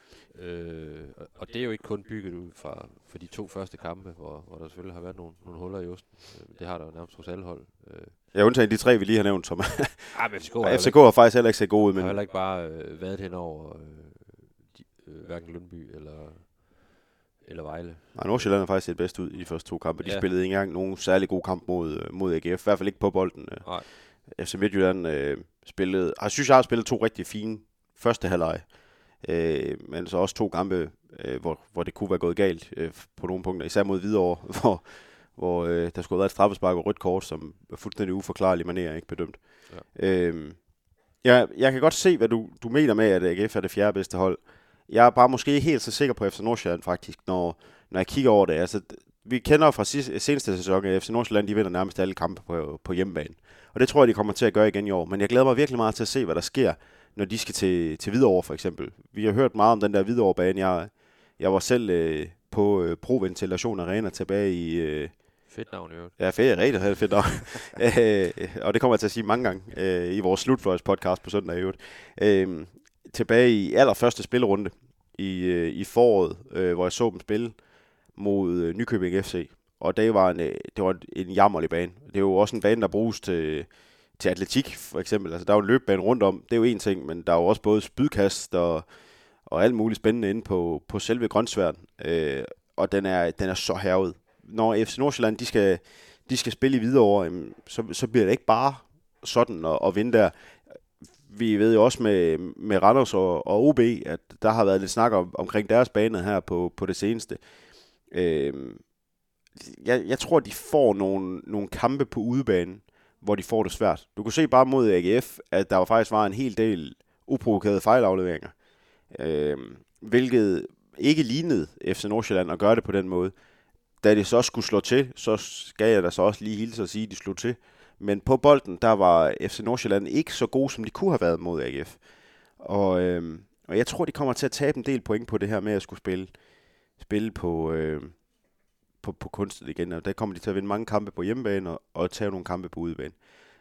Øh, og, og det er jo ikke kun bygget ud fra for de to første kampe, hvor, hvor der selvfølgelig har været nogle, nogle huller i osten. Øh, det har der jo nærmest hos alle hold. Øh. Ja, undtagen de tre, vi lige har nævnt, som ah, men F C K har, F C K har faktisk heller ikke set gode ud, men har heller ikke bare øh, været hen over øh, de, øh, hverken Lyngby eller, eller Vejle. Nej, Nordsjælland er faktisk set bedst ud i de første to kampe. De ja. spillede ikke engang nogen særlig god kamp mod, mod A G F, i hvert fald ikke på bolden. Nej. F C Midtjylland øh, spillede, jeg synes, jeg har spillet to rigtig fine første halvleg. Øh, men så også to kampe, øh, hvor, hvor det kunne være gået galt øh, på nogle punkter, især mod Hvidovre, hvor, hvor øh, der skulle have været et straffespark og rødt kort, som er fuldstændig uforklarlig manér ikke bedømt. Ja. Øh, jeg, jeg kan godt se, hvad du, du mener med, at A G F er det fjerde bedste hold. Jeg er bare måske ikke helt så sikker på F C Nordsjælland faktisk, når, når jeg kigger over det. Altså, vi kender fra sidste, seneste sæson, at F C Nordsjælland de vinder nærmest alle kampe på, på hjemmebane. Og det tror jeg, de kommer til at gøre igen i år. Men jeg glæder mig virkelig meget til at se, hvad der sker, når de skal til, til Hvidovre for eksempel. Vi har hørt meget om den der Hvidovre-bane. Jeg, jeg var selv øh, på øh, Pro Ventilation Arena tilbage i... Øh, fedt navn i øvrigt. Ja, fedt, rigtig, rigtig fedt navn. øh, og det kommer jeg til at sige mange gange øh, i vores slutfløjs podcast på søndag i øvrigt. Øh, tilbage i allerførste spillerunde i, øh, i foråret, øh, hvor jeg så dem spille mod øh, Nykøbing F C. Og det var en, øh, det var en jammerlig bane. Det er jo også en bane, der bruges til... til atletik for eksempel. Altså, der er jo en løbebane rundt om, det er jo en ting, men der er jo også både spydkast og, og alt muligt spændende inde på, på selve grønsværden. Øh, og den er, den er så hærget. Når F C Nordsjælland, de skal, de skal spille i Hvidovre, så, så bliver det ikke bare sådan at, at vinde der. Vi ved jo også med, med Randers og, og O B, at der har været lidt snak om, omkring deres bane her på, på det seneste. Øh, jeg, jeg tror, de får nogle, nogle kampe på udebanen, hvor de får det svært. Du kunne se bare mod A G F, at der faktisk var en hel del uprovokerede fejlafleveringer. Øh, hvilket ikke lignede F C Nordsjælland at gøre det på den måde. Da de så skulle slå til, så skal jeg da så også lige hilse at sige, at de slog til. Men på bolden, der var F C Nordsjælland ikke så gode, som de kunne have været mod A G F. Og, øh, og jeg tror, de kommer til at tabe en del point på det her med at skulle spille, spille på, øh, på, på kunstet igen. Og der kommer de til at vinde mange kampe på hjemmebane og, og tage nogle kampe på udebane.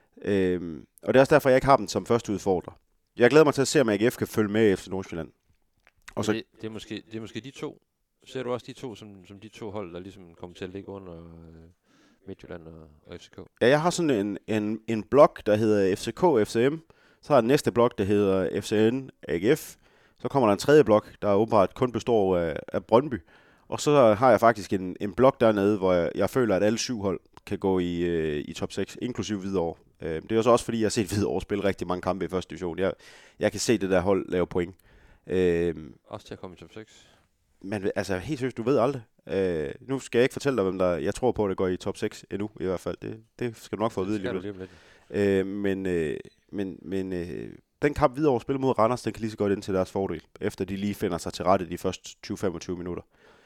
Øh, og det er også derfor, jeg ikke har dem som første udfordrer. Jeg glæder mig til at se, om A G F kan følge med i F C Nordsjælland. Og så det, det, er måske, det er måske de to. Ser du også de to som, som de to hold, der ligesom kommer til at ligge under øh, Midtjylland og, og F C K? Ja, jeg har sådan en, en, en blok, der hedder F C K F C M. Så har den næste blok, der hedder F C N A G F. Så kommer der en tredje blok, der åbenbart kun består af, af Brøndby. Og så har jeg faktisk en, en blok dernede, hvor jeg, jeg føler, at alle syv hold kan gå i, øh, i top seks, inklusive Hvidovre. Øh, det er så også fordi, jeg har set Hvidovre spille rigtig mange kampe i første division. Jeg, jeg kan se det der hold lave point. Øh, også til at komme i top seks? Men altså, helt seriøst, du ved aldrig. Øh, nu skal jeg ikke fortælle dig, hvem der jeg tror på, at det går i top seks endnu, i hvert fald. Det, det skal du nok få at vide lige lidt. Øh, men øh, men, men øh, den kamp Hvidovre spiller mod Randers, den kan lige så godt ind til deres fordel, efter de lige finder sig til rette de første tyve til femogtyve minutter.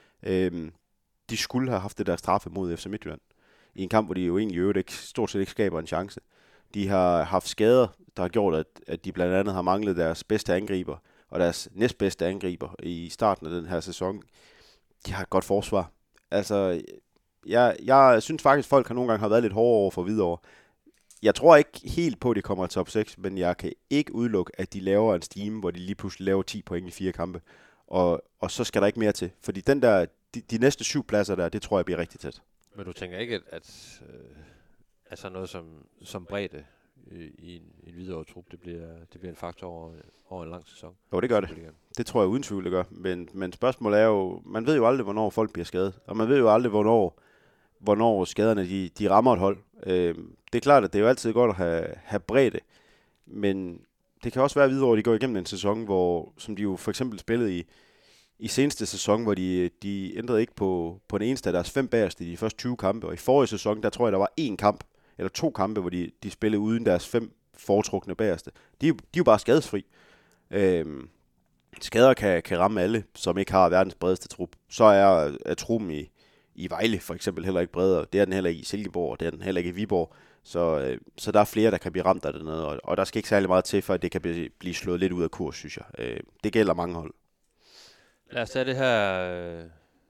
Øh, de skulle have haft det der straffe mod F C Midtjylland, i en kamp, hvor de jo egentlig øvrigt ikke, stort set ikke skaber en chance. De har haft skader, der har gjort, at, at de blandt andet har manglet deres bedste angriber, og deres næstbedste angriber i starten af den her sæson. De har et godt forsvar. Altså, jeg, jeg synes faktisk, at folk har nogle gange har været lidt hårdere over for Hvidovre. Jeg tror ikke helt på, at de kommer til top seks, men jeg kan ikke udelukke, at de laver en stime, hvor de lige pludselig laver ti point i fire kampe. Og, og så skal der ikke mere til. Fordi den der, de, de næste syv pladser der, det tror jeg bliver rigtig tæt. Men du tænker ikke, at, at øh, altså noget som, som bredde øh, i en, en videre trup, det bliver, det bliver en faktor over, over en lang sæson? Jo, det gør det. Det tror jeg uden tvivl, det gør. Men, men spørgsmålet er jo, man ved jo aldrig, hvornår folk bliver skadet. Og man ved jo aldrig, hvornår, hvornår skaderne de, de rammer et hold. Øh, det er klart, at det er jo altid godt at have, have bredde. Men det kan også være videre, at de går igennem en sæson, hvor, som de jo for eksempel spillede i, i seneste sæson, hvor de, de ændrede ikke på, på den eneste af deres fem bagerste i de første tyve kampe. Og i forrige sæson, der tror jeg, der var én kamp, eller to kampe, hvor de, de spillede uden deres fem foretrukne bagerste. De, de er jo bare skadesfri. Øhm, skader kan, kan ramme alle, som ikke har verdens bredeste trup. Så er, er truppen i, i Vejle for eksempel heller ikke bredere. Det er den heller ikke i Silkeborg, og det er den heller ikke i Viborg. Så, øh, så der er flere, der kan blive ramt af det noget, og, og der skal ikke særlig meget til, for at det kan blive, blive slået lidt ud af kurs, synes jeg. Øh, det gælder mange hold. Lad os tage det her, øh,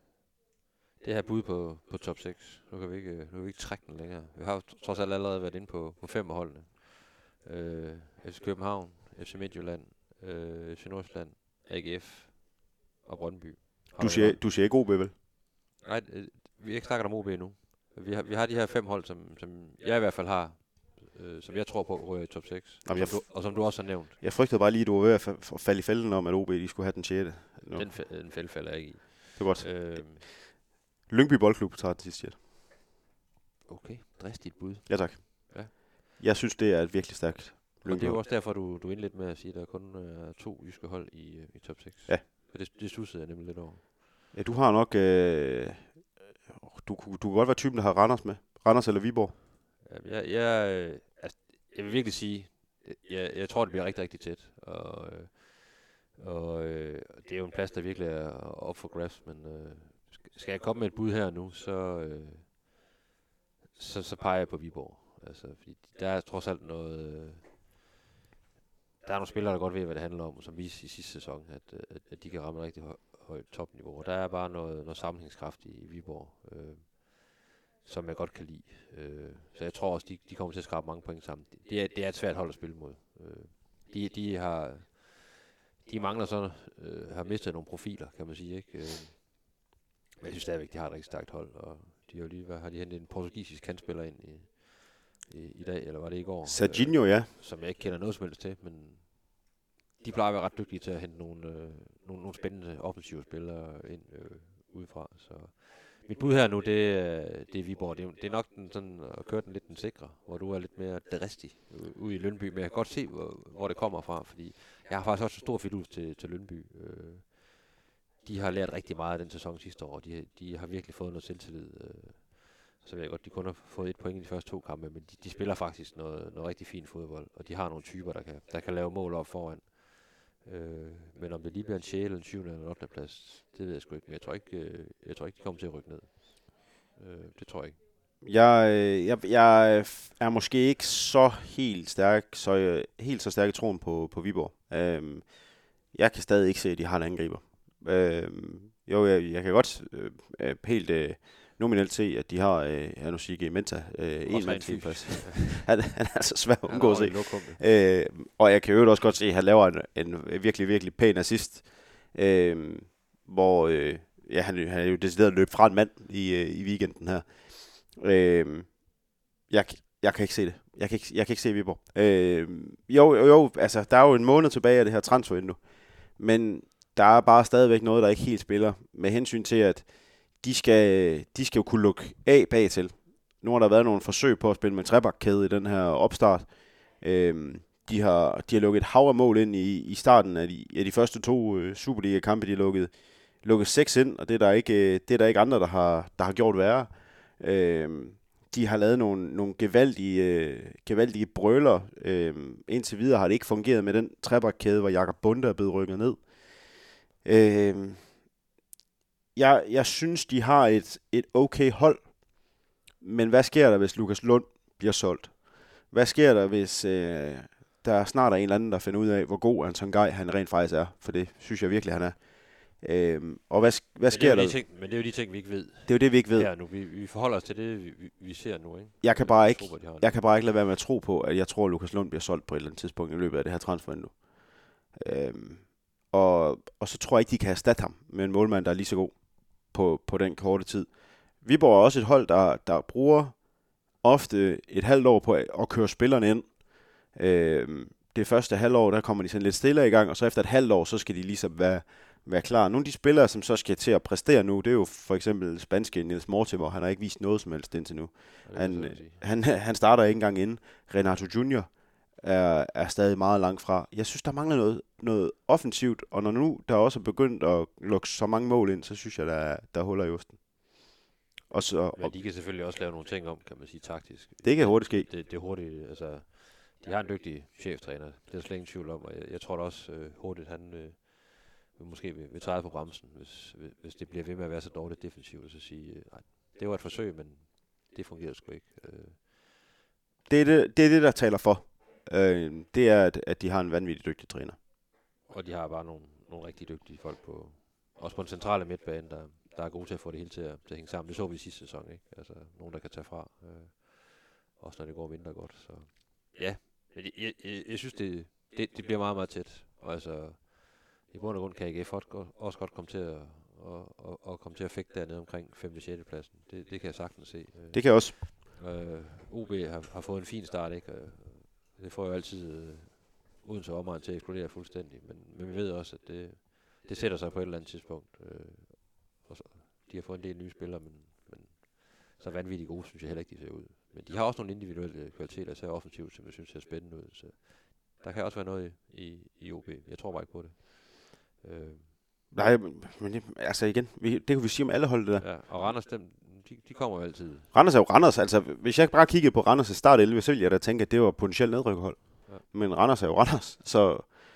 det her bud på, på top seks. Nu kan, vi ikke, nu kan vi ikke trække den længere. Vi har jo trods alt allerede været inde på, på fem af holdene. Øh, F C København, F C Midtjylland, øh, F C Nordsjælland, A G F og Brøndby. Du siger, du siger ikke O B, vel? Nej, øh, vi har ikke snakket om O B endnu. Vi har, vi har de her fem hold, som, som jeg i hvert fald har, øh, som jeg tror på rører i top seks, og, Jamen, som du, og som du også har nævnt. Jeg frygtede bare lige, at du var ved at f- falde i fælden om, at O B de skulle have den sjette. No. Den, f- den fælde falder jeg ikke i. Det er godt. Øh, Lyngby Boldklub tager det sidste. Okay, dristigt bud. Ja, tak. Ja. Jeg synes, det er et virkelig stærkt Lyngby. Og det er jo også derfor, du, du indledte med at sige, at der kun er uh, to jyske hold i, uh, i top seks. Ja. For det, det stussede jeg nemlig lidt over. Ja, du har nok... Øh, du, du kunne godt være typen, der har Randers med. Randers eller Viborg. Ja, jeg, jeg, øh, altså, jeg vil virkelig sige, jeg, jeg tror, det bliver rigtig, rigtig tæt. Og, øh, og øh, det er jo en plads, der virkelig er op for grabs, men øh, skal jeg komme med et bud her nu, så, øh, så, så peger jeg på Viborg. Altså, fordi der er trods alt noget... Øh, der er nogle spillere, der godt ved, hvad det handler om, som viste i sidste sæson, at, at, at de kan ramme rigtig høj, højt topniveau. Og der er bare noget, noget sammenhængskraft i, i Viborg, øh, som jeg godt kan lide. Øh, så jeg tror også, de, de kommer til at skrabe mange point sammen. Det er, det er et svært hold at spille mod. Øh, de, de har... De mangler sådan, øh, har mistet nogle profiler, kan man sige, ikke? Øh, men jeg synes stadigvæk, de har et rigtig stærkt hold, og de har jo lige, hvad, har de hentet en portugisisk kantspiller ind i, i, i dag, eller var det i går? Serginho, øh, ja. Som jeg ikke kender noget som helst til, men de plejer at være ret dygtige til at hente nogle, øh, nogle, nogle spændende offensive spillere ind øh, udefra, så... Mit bud her nu, det er, det er Viborg. Det er, det er nok den, sådan, at køre den lidt den sikre, hvor du er lidt mere dristig ude i Lyngby. Men jeg kan godt se, hvor, hvor det kommer fra, fordi jeg har faktisk også stor fidus til, til Lyngby. Øh, de har lært rigtig meget af den sæson sidste år, og de, de har virkelig fået noget selvtillid. Øh, Så ved jeg godt, de kun har fået et point i de første to kampe, men de, de spiller faktisk noget, noget rigtig fint fodbold, og de har nogle typer, der kan, der kan lave mål op foran. Øh, men om det lige bliver en sjette, en syvende eller en ottende plads, det ved jeg sgu ikke, men jeg tror ikke, øh, jeg tror ikke de kommer til at rykke ned. Øh, det tror jeg ikke. Jeg, øh, jeg, jeg er måske ikke så helt stærk, så jeg, helt så stærk i troen på, på Viborg. Øhm, jeg kan stadig ikke se, at de har en angriber. Øhm, jo, jeg, jeg kan godt øh, helt øh, nominelt se, at de har, øh, jeg nu siger Menta, øh, en mand til plads. han, han er altså svær at undgå at se. Øh, og jeg kan jo også godt se, at han laver en, en virkelig, virkelig pæn assist, øh, hvor øh, ja, han, han er jo decideret løb fra en mand i, øh, i weekenden her. Øh, jeg, jeg kan ikke se det. Jeg kan ikke, jeg kan ikke se Viborg. Øh, jo, jo, jo, altså, der er jo en måned tilbage af det her transfervindue, men der er bare stadigvæk noget, der ikke helt spiller, med hensyn til, at de skal, de skal jo kunne lukke af bagtil. Nu har der været nogle forsøg på at spille med trebakkæde i den her opstart. Øh, de, har, de har lukket et hav af mål ind i, i starten af de, af de første to uh, Superliga-kampe, de har lukket, lukket seks ind, og det er der ikke, det er der ikke andre, der har, der har gjort værre. Øh, de har lavet nogle, nogle gevaldige, øh, gevaldige brøler. Øh, indtil videre har det ikke fungeret med den trebakkæde, hvor Jakob Bunde er blevet rykket ned. Øh, jeg, jeg synes, de har et, et okay hold, men hvad sker der, hvis Lukas Lund bliver solgt? Hvad sker der, hvis øh, der snart er en eller anden, der finder ud af, hvor god Anton Gej han rent faktisk er? For det synes jeg virkelig, han er. Øhm, og hvad, hvad sker der? Ting, men det er jo de ting, vi ikke ved. Det er jo det, vi ikke ved. Ja, nu. Vi, vi forholder os til det, vi, vi ser nu. Ikke? Jeg kan, bare ikke, jeg kan bare ikke lade være med at tro på, at jeg tror, at Lukas Lund bliver solgt på et eller andet tidspunkt i løbet af det her transfervindue. Øhm, og, og så tror jeg ikke, de kan erstatte ham med en målmand, der er lige så god på, på den korte tid. Viborg er også et hold, der, der bruger ofte et halvt år på at køre spillerne ind. Øhm, det første halvår, der kommer de sådan lidt stille i gang, og så efter et halvt år, så skal de ligesom være være klar. Nogle af de spillere, som så skal til at præstere nu, det er jo for eksempel spanske Niels Mortimer. Han har ikke vist noget som helst indtil nu. Han, han, han starter ikke engang inden. Renato Junior er, er stadig meget langt fra. Jeg synes, der mangler noget, noget offensivt, og når nu der også er begyndt at lukke så mange mål ind, så synes jeg, der er, der er huller i osten. Og så, Men de kan selvfølgelig også lave nogle ting om, kan man sige, taktisk. Det kan hurtigt ske. Det, det er hurtigt, altså, de har en dygtig cheftræner, det er slet ingen tvivl om, og jeg, jeg tror da også øh, hurtigt, han øh, måske vil, vil træde på bremsen, hvis, hvis det bliver ved med at være så dårligt defensivt, og så sige, øh, nej, det var et forsøg, men det fungerer sgu ikke. Øh. Det, er det, det er det, der taler for. Øh, det er, at, at de har en vanvittig dygtig træner. Og de har bare nogle, nogle rigtig dygtige folk på, også på den centrale midtbane, der, der er gode til at få det hele til at, til at hænge sammen. Det så vi i sidste sæson, ikke? Altså, nogen, der kan tage fra, øh, også når det går mindre godt. Så ja, jeg, jeg, jeg, jeg synes, det, det, det bliver meget, meget tæt. Og altså, i bund og grund kan A G F også godt komme til at, og, og, og komme til at fægte dernede omkring femte og sjette pladsen. Det, det kan jeg sagtens se. Det kan jeg også. Øh, O B har, har fået en fin start, ikke? Det får jo altid øh, uden så omegn til at eksplodere fuldstændig. Men, men vi ved også, at det, det sætter sig på et eller andet tidspunkt. Øh, og så, de har fået en del nye spillere, men, men så vanvittigt gode, synes jeg heller ikke, de ser ud. Men de har også nogle individuelle kvaliteter, især offensivt, som jeg synes ser spændende ud. Så der kan også være noget i, i, i O B. Jeg tror bare ikke på det. Øh. Nej, men det, altså igen, vi, det kan vi sige om alle hold, det der. Ja, og Randers, dem, de, de kommer jo altid. Randers er jo Randers. Altså, hvis jeg bare kiggede på Randers' start elleve, så ville jeg da tænke, at det var potentielt nedrykkerhold. Ja. Men Randers er jo Randers, så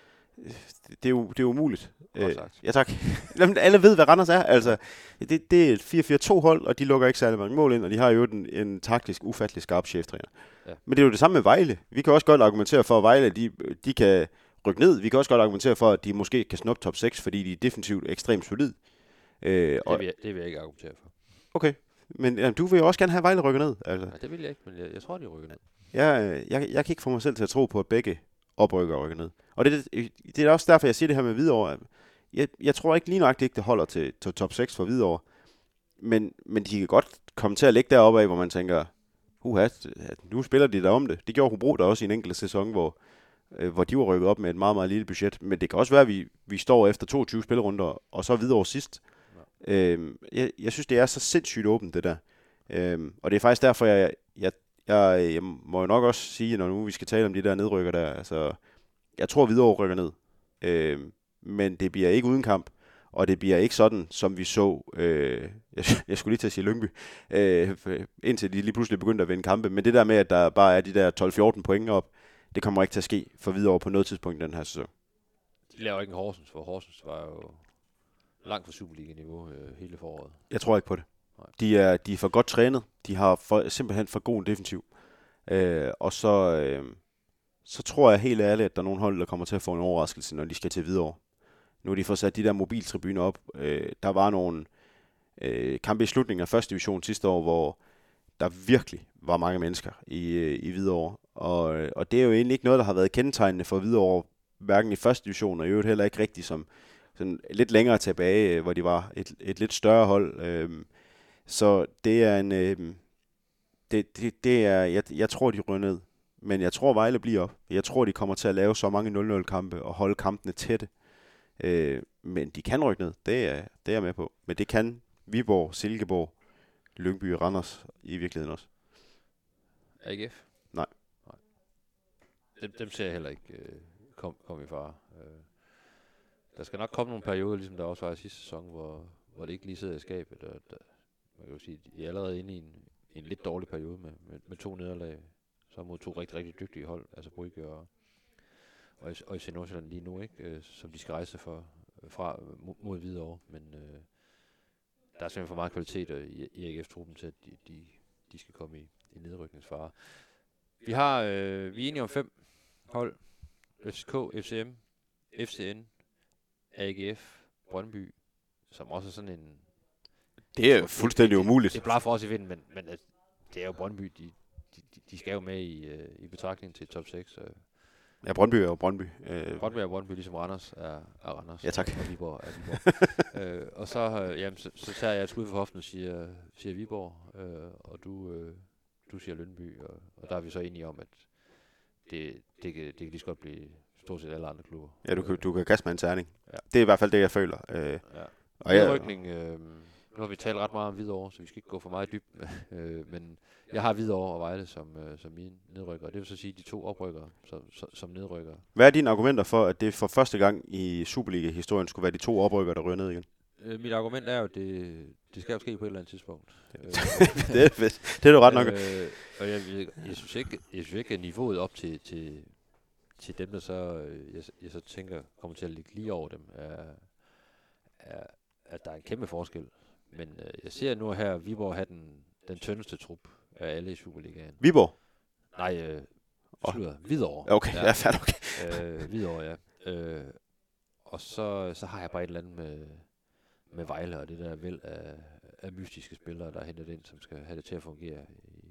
det er jo, det er umuligt. Øh, ja, tak. Alle ved, hvad Randers er. Altså, det, det er et fire fire to hold, og de lukker ikke særlig mange mål ind, og de har jo en, en taktisk, ufattelig skarp cheftræner. Ja. Men det er jo det samme med Vejle. Vi kan også godt argumentere for, at Vejle, de, de kan rykke ned. Vi kan også godt argumentere for, at de måske kan snuppe top seks, fordi de er defensivt ekstremt solid. Øh, det, vil jeg, det vil jeg ikke argumentere for. Okay. Men jamen, du vil jo også gerne have Vejle rykke ned. Altså. Nej, det vil jeg ikke, men jeg, jeg tror, de rykker ned. Jeg, jeg, jeg kan ikke få mig selv til at tro på, at begge oprykker rykker ned. Og det, det, det er også derfor, jeg siger det her med Hvidovre. Jeg, jeg tror ikke lige nøjagtigt ikke, det holder til, til top seks for Hvidovre. Men, men de kan godt komme til at ligge deroppe af, hvor man tænker, uha, nu spiller de der om det. Det gjorde Hobro der også i en enkelt sæson, hvor, øh, hvor de var rykket op med et meget, meget lille budget. Men det kan også være, at vi, vi står efter toogtyve spillerunder, og så Hvidovre sidst. Ja. Øh, jeg, jeg synes, det er så sindssygt åbent, det der. Øh, og det er faktisk derfor, jeg, jeg, jeg, jeg må jo nok også sige, når nu vi skal tale om de der nedrykker der, altså, jeg tror, Hvidovre rykker ned. Øh, men det bliver ikke uden kamp. og det bliver ikke sådan, som vi så, øh, jeg, jeg skulle lige til at sige Lyngby, øh, indtil de lige pludselig begyndte at vinde kampe, men det der med, at der bare er de der tolv fjorten point op, det kommer ikke til at ske for Hvidovre på noget tidspunkt i den her sæson. De laver ikke en Horsens, for Horsens var jo langt fra Superliga-niveau øh, hele foråret. Jeg tror ikke på det. De er, de er for godt trænet, de har for, simpelthen for god en defensiv, øh, og så, øh, så tror jeg helt ærligt, at der er nogle hold, der kommer til at få en overraskelse, når de skal til Hvidovre. Nu har de fået sat de der mobiltribuner op. Øh, der var nogle øh, kampe i slutningen af første division sidste år, hvor der virkelig var mange mennesker i, øh, i Hvidovre. Og, og det er jo egentlig ikke noget, der har været kendetegnende for Hvidovre, hverken i første division, og i øvrigt heller ikke rigtigt som sådan lidt længere tilbage, hvor de var et, et lidt større hold. Øh, så det er en... Øh, det, det, det er, jeg, jeg tror, de ryger ned. Men jeg tror, Vejle bliver op. Jeg tror, de kommer til at lave så mange nul nul-kampe og holde kampene tætte. Øh, men de kan rykke ned, det er, det er jeg med på. Men det kan Viborg, Silkeborg, Lyngby og Randers i virkeligheden også. A G F? Nej. Nej. Dem, dem ser jeg heller ikke øh, komme kom i fare. Øh, der skal nok komme nogle perioder, ligesom der også var i sidste sæson, hvor, hvor det ikke lige sidder i skabet. Og der, man kan jo sige, de er allerede inde i en, en lidt dårlig periode med, med, med to nederlag. Så mod to rigtig, rigtig dygtige hold, altså Brygge og og i, og i C Nordsjælland lige nu, ikke, øh, som de skal rejse for, øh, fra mod, mod Hvidovre, men øh, der er simpelthen for meget kvalitet i, i A G F-truppen til, at de, de, de skal komme i, i nedrykningsfare. Vi har, øh, vi er enige om fem hold. F C K, F C M, F C N, A G F, Brøndby, som også er sådan en... Det er fuldstændig umuligt. Det er bare for os i vinden, men, men at det er jo Brøndby, de, de, de skal jo med i, øh, i betragtning til top seks. Øh. Ja, Brøndby er jo Brøndby. Øh. Brøndby er Brøndby, ligesom Randers er, er Randers. Ja, tak. Og Viborg er Viborg. øh, og så, øh, jamen, så, så tager jeg et skud for hoften og siger, siger Viborg, øh, og du, øh, du siger Lyngby, og, og der er vi så enige om, at det, det, kan, det kan lige så godt blive stort set alle andre klubber. Ja, du kan, du kan kaste med en terning. Ja. Det er i hvert fald det, jeg føler. Øh. Ja. Og jeg, Nedrykning, øh, nu har vi talt ret meget om Hvidovre, så vi skal ikke gå for meget dybt, øh, men jeg har Hvidovre og Vejle som, øh, som mine nedrykkere. Det vil så sige de to oprykkere som, som, som nedrykkere. Hvad er dine argumenter for, at det for første gang i Superliga-historien skulle være de to oprykkere, der ryger ned igen? Øh, mit argument er jo, at det, det skal jo ske på et eller andet tidspunkt. det, er, det er du ret nok. Øh, og jeg, jeg, jeg, synes ikke, jeg synes ikke, at niveauet op til, til, til dem, der så, jeg, jeg så tænker kommer til at ligge lige over dem, er, er, at der er en kæmpe forskel. Men øh, jeg ser nu her, Viborg have den, den tyndeste trup af alle i Superligaen. Viborg? Nej, øh, slutter. Hvidovre. Okay, ja, fair okay. øh, Hvidovre, ja. Øh, og så, så har jeg bare et eller andet med, med Vejle og det der væld af, af mystiske spillere, der er hentet ind, som skal have det til at fungere i,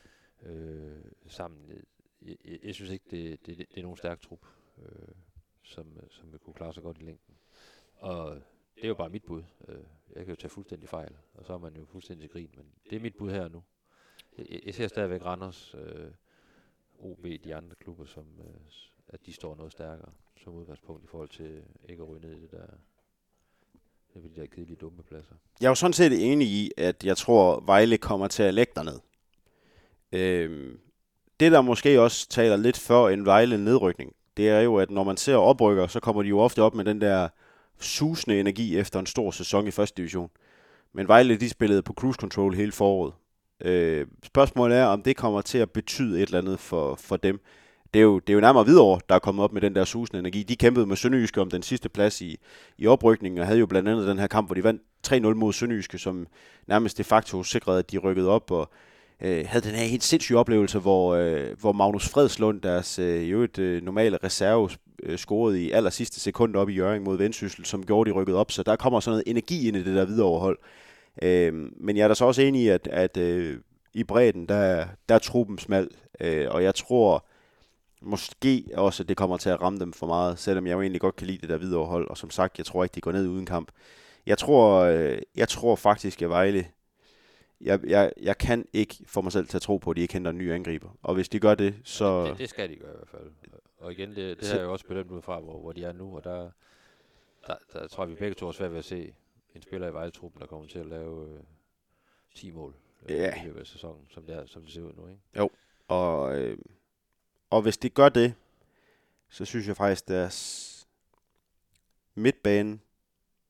øh, sammen. Jeg, jeg, jeg synes ikke, det, det, det er nogen stærk trup, øh, som, som vil kunne klare sig godt i længden. Og det er jo bare mit bud. Jeg kan jo tage fuldstændig fejl, og så er man jo fuldstændig grin, men det er mit bud her nu. Jeg, jeg ser stadigvæk Randers, øh, O B, de andre klubber, som øh, at de står noget stærkere som udgangspunkt i forhold til ikke at ryge ned i det der, det de der kedelige dumme pladser. Jeg er jo sådan set enig i, at jeg tror, Vejle kommer til at lægge derned. Øhm, det, der måske også taler lidt for en Vejle nedrykning, det er jo, at når man ser oprykker, så kommer de jo ofte op med den der susende energi efter en stor sæson i første division. Men Vejle, de spillede på cruise control hele foråret. Øh, spørgsmålet er, om det kommer til at betyde et eller andet for, for dem. Det er, jo, det er jo nærmere Hvidovre, der er kommet op med den der susende energi. De kæmpede med Sønderjyske om den sidste plads i, i oprykningen, og havde jo blandt andet den her kamp, hvor de vandt tre nul mod Sønderjyske, som nærmest de facto sikrede, at de rykkede op, og øh, havde den her helt sindssyge oplevelse, hvor, øh, hvor Magnus Fredslund, deres øh, jo et øh, normale reserve, øh, scorede i aller sidste sekund op i Hjørring mod Vendsyssel, som gjorde, de rykkede op. Så der kommer sådan noget energi ind i det der Hvidovre-hold. Øh, men jeg er da så også enig i, at, at øh, i bredden, der, der er truppen smal, øh, og jeg tror måske også, at det kommer til at ramme dem for meget, selvom jeg jo egentlig godt kan lide det der Hvidovre-hold, og som sagt, jeg tror ikke, de går ned uden kamp. Jeg tror, øh, jeg tror faktisk, at Vejle, jeg, jeg, jeg kan ikke få mig selv til at tro på, at de ikke henter en ny angriber, og hvis de gør det, så... Det, det skal de gøre i hvert fald. Og igen, det, det har jeg jo også bedømt ud fra, hvor, hvor de er nu, og der, der, der tror jeg, vi begge to er svært ved at se en spiller i Vejle-truppen, der kommer til at lave øh, ti mål øh, ja. i løbet af sæsonen, som det, er, som det ser ud nu, ikke? Jo, og, øh, og hvis de gør det, så synes jeg faktisk, at deres midtbane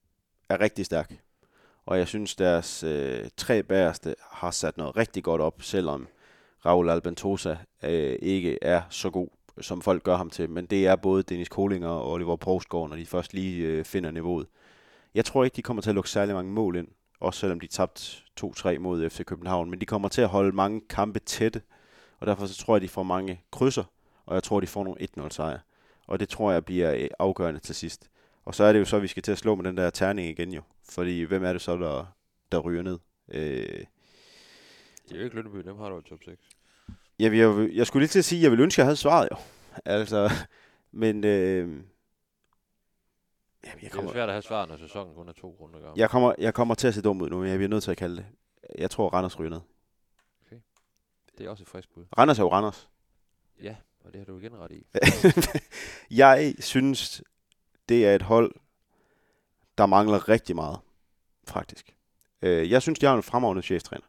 er rigtig stærk. Og jeg synes, deres øh, tre bagerste har sat noget rigtig godt op, selvom Raul Albentosa øh, ikke er så god, som folk gør ham til. Men det er både Dennis Kolinger og Oliver Provsgaard, når de først lige øh, finder niveauet. Jeg tror ikke, de kommer til at lukke særlig mange mål ind, også selvom de tabte to tre mod F C København. Men de kommer til at holde mange kampe tætte, og derfor så tror jeg, de får mange krydser, og jeg tror, de får nogle et nul sejre. Og det tror jeg bliver afgørende til sidst. Og så er det jo så, at vi skal til at slå med den der terning igen jo. Fordi hvem er det så, der, der ryger ned? Øh... Det er jo ikke Lyndeby, dem har du i top seks. Jeg, jeg, jeg skulle lige til at sige, at jeg ville ønske, at jeg havde svaret jo. Altså, men... Øh... Jamen, jeg kommer... Det er svært at have svaret, når sæsonen kun er to runder gammel. Jeg kommer, jeg kommer til at se dum ud nu, men jeg bliver nødt til at kalde det. Jeg tror, Randers ryger ned. Okay. Det er også et frisk bud. Randers er jo Randers. Ja, og det har du igen ret i. Jeg synes, det er et hold, der mangler rigtig meget, faktisk. Jeg synes, de har en fremragende cheftræner.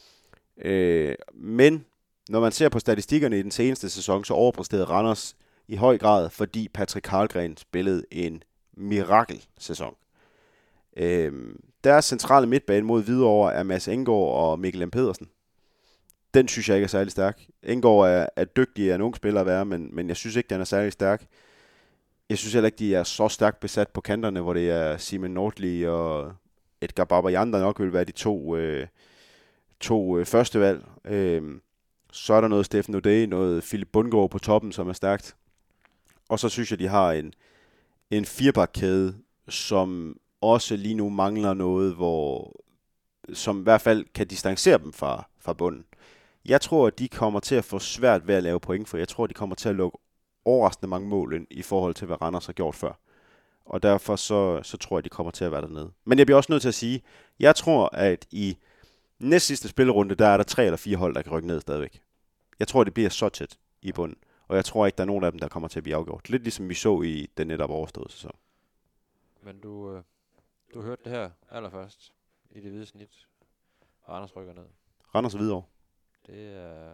Men når man ser på statistikkerne i den seneste sæson, så overpræsterede Randers i høj grad, fordi Patrick Karlgren spillede en mirakelsæson. Deres centrale midtbane mod Hvidovre er Mads Enggaard og Mikkel M. Pedersen. Den synes jeg ikke er særlig stærk. Enggaard er, er dygtig af en ung spiller at være, men, men jeg synes ikke, den er særlig stærk. Jeg synes heller ikke, de er så stærkt besat på kanterne, hvor det er Simon Nordli og Edgar Babayan, der nok vil være de to, øh, to øh, første valg. Øh, så er der noget Steffen O'Day, noget Philip Bundgaard på toppen, som er stærkt. Og så synes jeg, de har en, en firebakkæde, som også lige nu mangler noget, hvor, som i hvert fald kan distancere dem fra, fra bunden. Jeg tror, at de kommer til at få svært ved at lave point, for jeg tror, at de kommer til at lukke overraskende mange mål ind i forhold til, hvad Randers har gjort før. Og derfor så, så tror jeg, at de kommer til at være dernede. Men jeg bliver også nødt til at sige, jeg tror, at i næst sidste spillerunde, der er der tre eller fire hold, der kan rykke ned stadigvæk. Jeg tror, det bliver så tæt i bunden. Og jeg tror ikke, der er nogen af dem, der kommer til at blive afgjort. Lidt ligesom vi så i den netop overståede sæson. Men du, øh, du hørte det her allerførst i det hvide snit. Randers rykker ned. Randers og Hvidovre. Det er...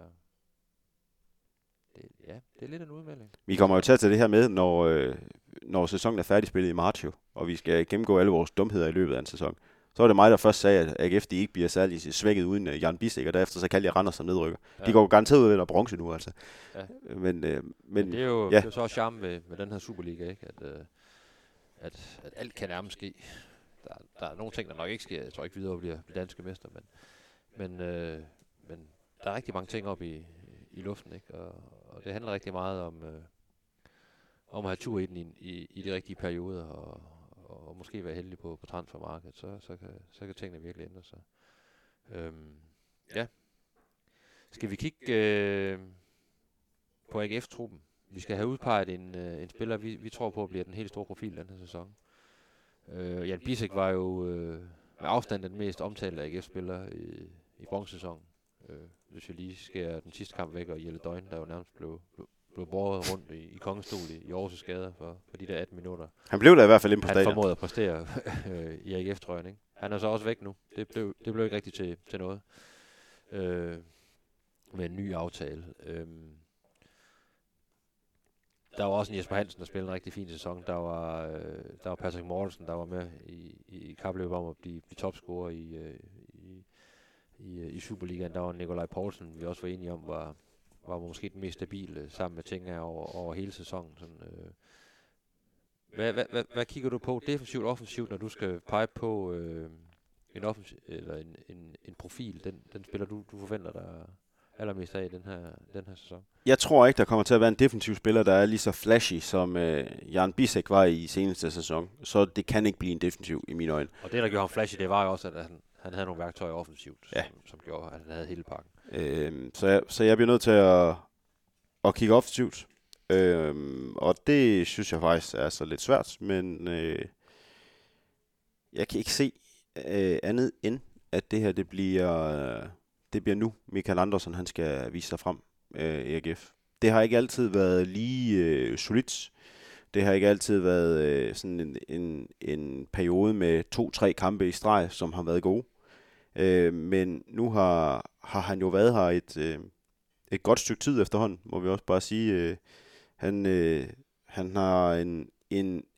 Det, ja, det er lidt en udmelding. Vi kommer jo til at tage det her med, når, øh, når sæsonen er færdigspillet i marts jo, og vi skal gennemgå alle vores dumheder i løbet af en sæson. Så var det mig, der først sagde, at A G F de ikke bliver særlig svækket uden uh, Jan Bissek, og derefter så kaldte jeg Randers som nedrykker. Ja. De går garanteret ud af bronze nu, altså. Ja. Men, øh, men, men det er jo, ja. det er så også charme ved, med den her Superliga, ikke? At, øh, at, at alt kan nærmest ske. Der, der er nogle ting, der nok ikke sker. Jeg tror ikke, videre bliver danske mester, men, men, øh, men der er rigtig mange ting op i, i luften, ikke? Og, og det handler rigtig meget om, øh, om at have tur i den i, i, i de rigtige perioder, og, og måske være heldig på, på transfermarkedet, så, så, kan, så kan tingene virkelig ændre sig. Øhm, ja. Skal vi kigge øh, på A G F-truppen? Vi skal have udpeget en, øh, en spiller, vi, vi tror på bliver den helt store profil den her sæson. Øh, Jan Bissek var jo øh, med afstand den mest omtalte A G F-spiller i, i bronzesæsonen. Øh, hvis vi lige skærer den sidste kamp væk, og Jelle Døgn, der jo nærmest blev, blev, blev båret rundt i, i kongestol i, i Aarhus' gader for, for de der atten minutter. Han blev der i hvert fald inde på stadion. Han formåede at præstere øh, i A G F-trøjen, ikke? Han er så også væk nu. Det blev, det blev ikke rigtigt til, til noget. Øh, med en ny aftale. Øh, der var også en Jesper Hansen, der spillede en rigtig fin sæson. Der var, øh, der var Patrick Mortensen, der var med i, i kapløbet om at blive, blive topscorer i, øh, i, i, i Superligaen. Der var Nikolaj Poulsen, vi også var enige om, var, var måske den mest stabile sammen med Tinga over, over hele sæsonen. Sådan, øh. hvad, hvad, hvad, hvad kigger du på defensivt og offensivt, når du skal pege på øh, en, offensiv, eller en, en, en profil? Den, den spiller du, du forventer dig allermest af i den her, den her sæson? Jeg tror ikke, der kommer til at være en defensiv spiller, der er lige så flashy, som øh, Jan Bissek var i seneste sæson. Så det kan ikke blive en defensiv i mine øjne. Og det, der gjorde ham flashy, det var jo også, at han, han havde nogle værktøjer offensivt, ja. som, som gjorde, at han havde hele pakken. Øh, så, jeg, så jeg bliver nødt til at, at kigge offensivt. Øh, og det synes jeg faktisk er så lidt svært, men øh, jeg kan ikke se øh, andet end, at det her det bliver... Øh, Det bliver nu, Michael Andersen, han skal vise sig frem øh, i A G F. Det har ikke altid været lige øh, solidt. Det har ikke altid været øh, sådan en, en, en periode med to-tre kampe i streg, som har været gode. Øh, men nu har, har han jo været her et, øh, et godt stykke tid efterhånden, må vi også bare sige. Øh, han, øh, han har en, en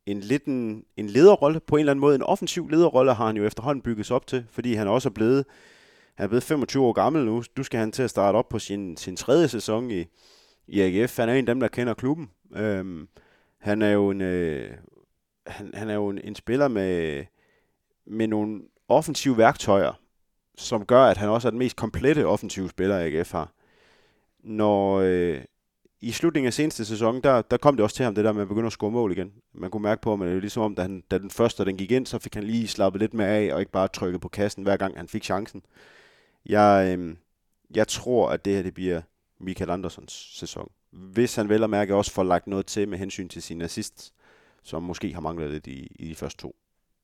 en lidt en, en lederrolle på en eller anden måde. En offensiv lederrolle har han jo efterhånden bygget sig op til, fordi han også er blevet, han er blevet femogtyve år gammel nu. Nu skal han til at starte op på sin, sin tredje sæson i, i A G F. Han er en af dem, der kender klubben. Øhm, han er jo en, øh, han, han er jo en, en spiller med, med nogle offensive værktøjer, som gør, at han også er den mest komplette offensive spiller, A G F har. Når øh, i slutningen af seneste sæson, der, der kom det også til ham, det der med at begynde at score mål igen. Man kunne mærke på ham, at det er ligesom om, da, han, da den første den gik ind, så fik han lige slappet lidt mere af, og ikke bare trykket på kassen, hver gang han fik chancen. Jeg, øh, jeg tror, at det her det bliver Michael Andersons sæson. Hvis han vel at mærke også får lagt noget til med hensyn til sin assist, som måske har manglet lidt i, i de første to.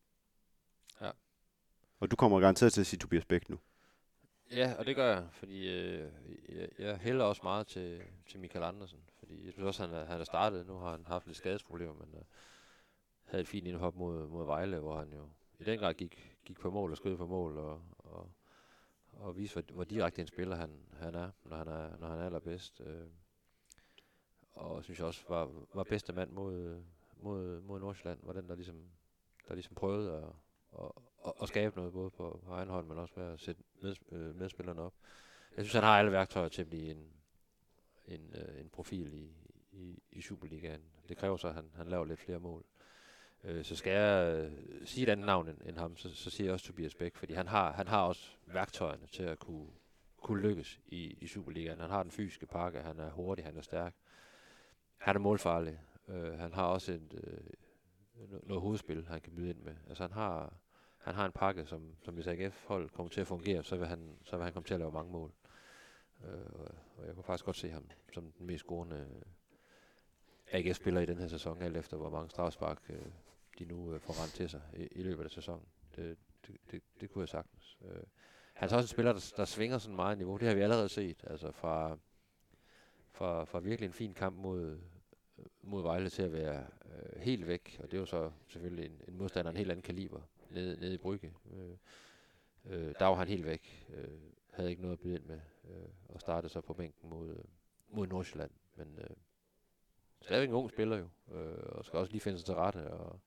Ja. Og du kommer garanteret til at sige Tobias Bæk nu. Ja, og det gør jeg, fordi øh, jeg, jeg hælder også meget til, til Michael Andersen, fordi jeg synes også, han er, han er startet. Nu har han haft lidt skadesproblemer, men øh, havde et fint indhop mod, mod Vejle, hvor han jo i den grad gik, gik på mål og skød på mål, og, og, og viste, hvor, hvor direkte en spiller han, han er, når han er, når han er allerbedst. Øh, og synes jeg også, var, var bedste mand mod, mod, mod Nordsjælland, var den, der ligesom, der ligesom prøvede at Og, og, og skabe noget både på, på egen hånd, men også ved at sætte med, øh, medspillerne op. Jeg synes, han har alle værktøjer til at blive en, en, øh, en profil i, i, i Superligaen. Det kræver så, at han, han laver lidt flere mål. Øh, så skal jeg øh, sige et andet navn end, end ham, så, så siger jeg også Tobias Bæk, fordi han har, han har også værktøjerne til at kunne, kunne lykkes i, i Superligaen. Han har den fysiske pakke, han er hurtig, han er stærk. Han er målfarlig. Øh, han har også et, øh, noget hovedspil, han kan byde ind med. Altså han har... Han har en pakke, som, som hvis A G F-hold kommer til at fungere, så vil han, så vil han komme til at lave mange mål. Øh, og jeg kunne faktisk godt se ham som den mest scorende A G F-spiller i den her sæson, alt efter hvor mange strafspark øh, de nu øh, får rendt til sig i, i løbet af sæsonen. Det, det, det, det kunne jeg sagtens. Øh, han er også en spiller, der, der svinger sådan meget niveau. Det har vi allerede set. Altså fra, fra, fra virkelig en fin kamp mod, mod Vejle til at være øh, helt væk. Og det er jo så selvfølgelig en, en modstander af en helt anden kaliber. Nede, nede i Brygge. Øh, øh, der var han helt væk. Øh, havde ikke noget at byde ind med. Øh, og startede så på bænken mod, øh, mod Nordsjælland. Men øh, stadigvæk en ung spiller jo. Øh, og skal også lige finde sig til rette. Og,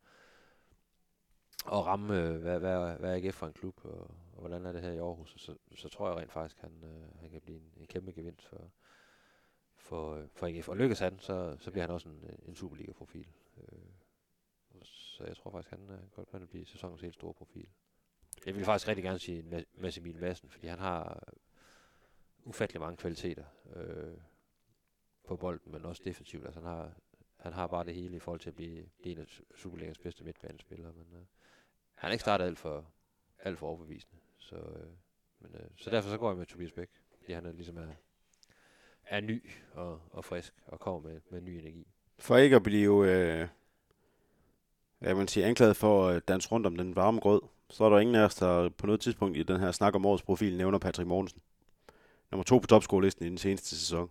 og ramme, øh, hvad, hvad, hvad er A G F for en klub. Og, og hvordan er det her i Aarhus. Så, så tror jeg rent faktisk, han, øh, han kan blive en, en kæmpe gevinst for, for, for A G F. Og lykkes han, så, så bliver han også en, en Superliga-profil. Øh, Så jeg tror faktisk, han uh, godt kan blive sæsonens helt store profil. Jeg vil faktisk rigtig gerne sige Mads Emil Madsen, fordi han har ufattelig mange kvaliteter øh, på bolden, men også defensivt. Altså, han, har, han har bare det hele i forhold til at blive en af Superligas bedste midtbanespillere. Men øh, han er ikke startet alt for, alt for overbevisende. Så, øh, men, øh, så derfor så går jeg med Tobias Bæk, fordi han er ligesom er, er ny og, og frisk og kommer med, med ny energi. For ikke at blive... Øh Jeg vil sige, anklaget for at danse rundt om den varme grød, så er der ingen af os, der på noget tidspunkt i den her snak om årets profil nævner Patrick Mogensen. Nummer to på topscorelisten i den seneste sæson.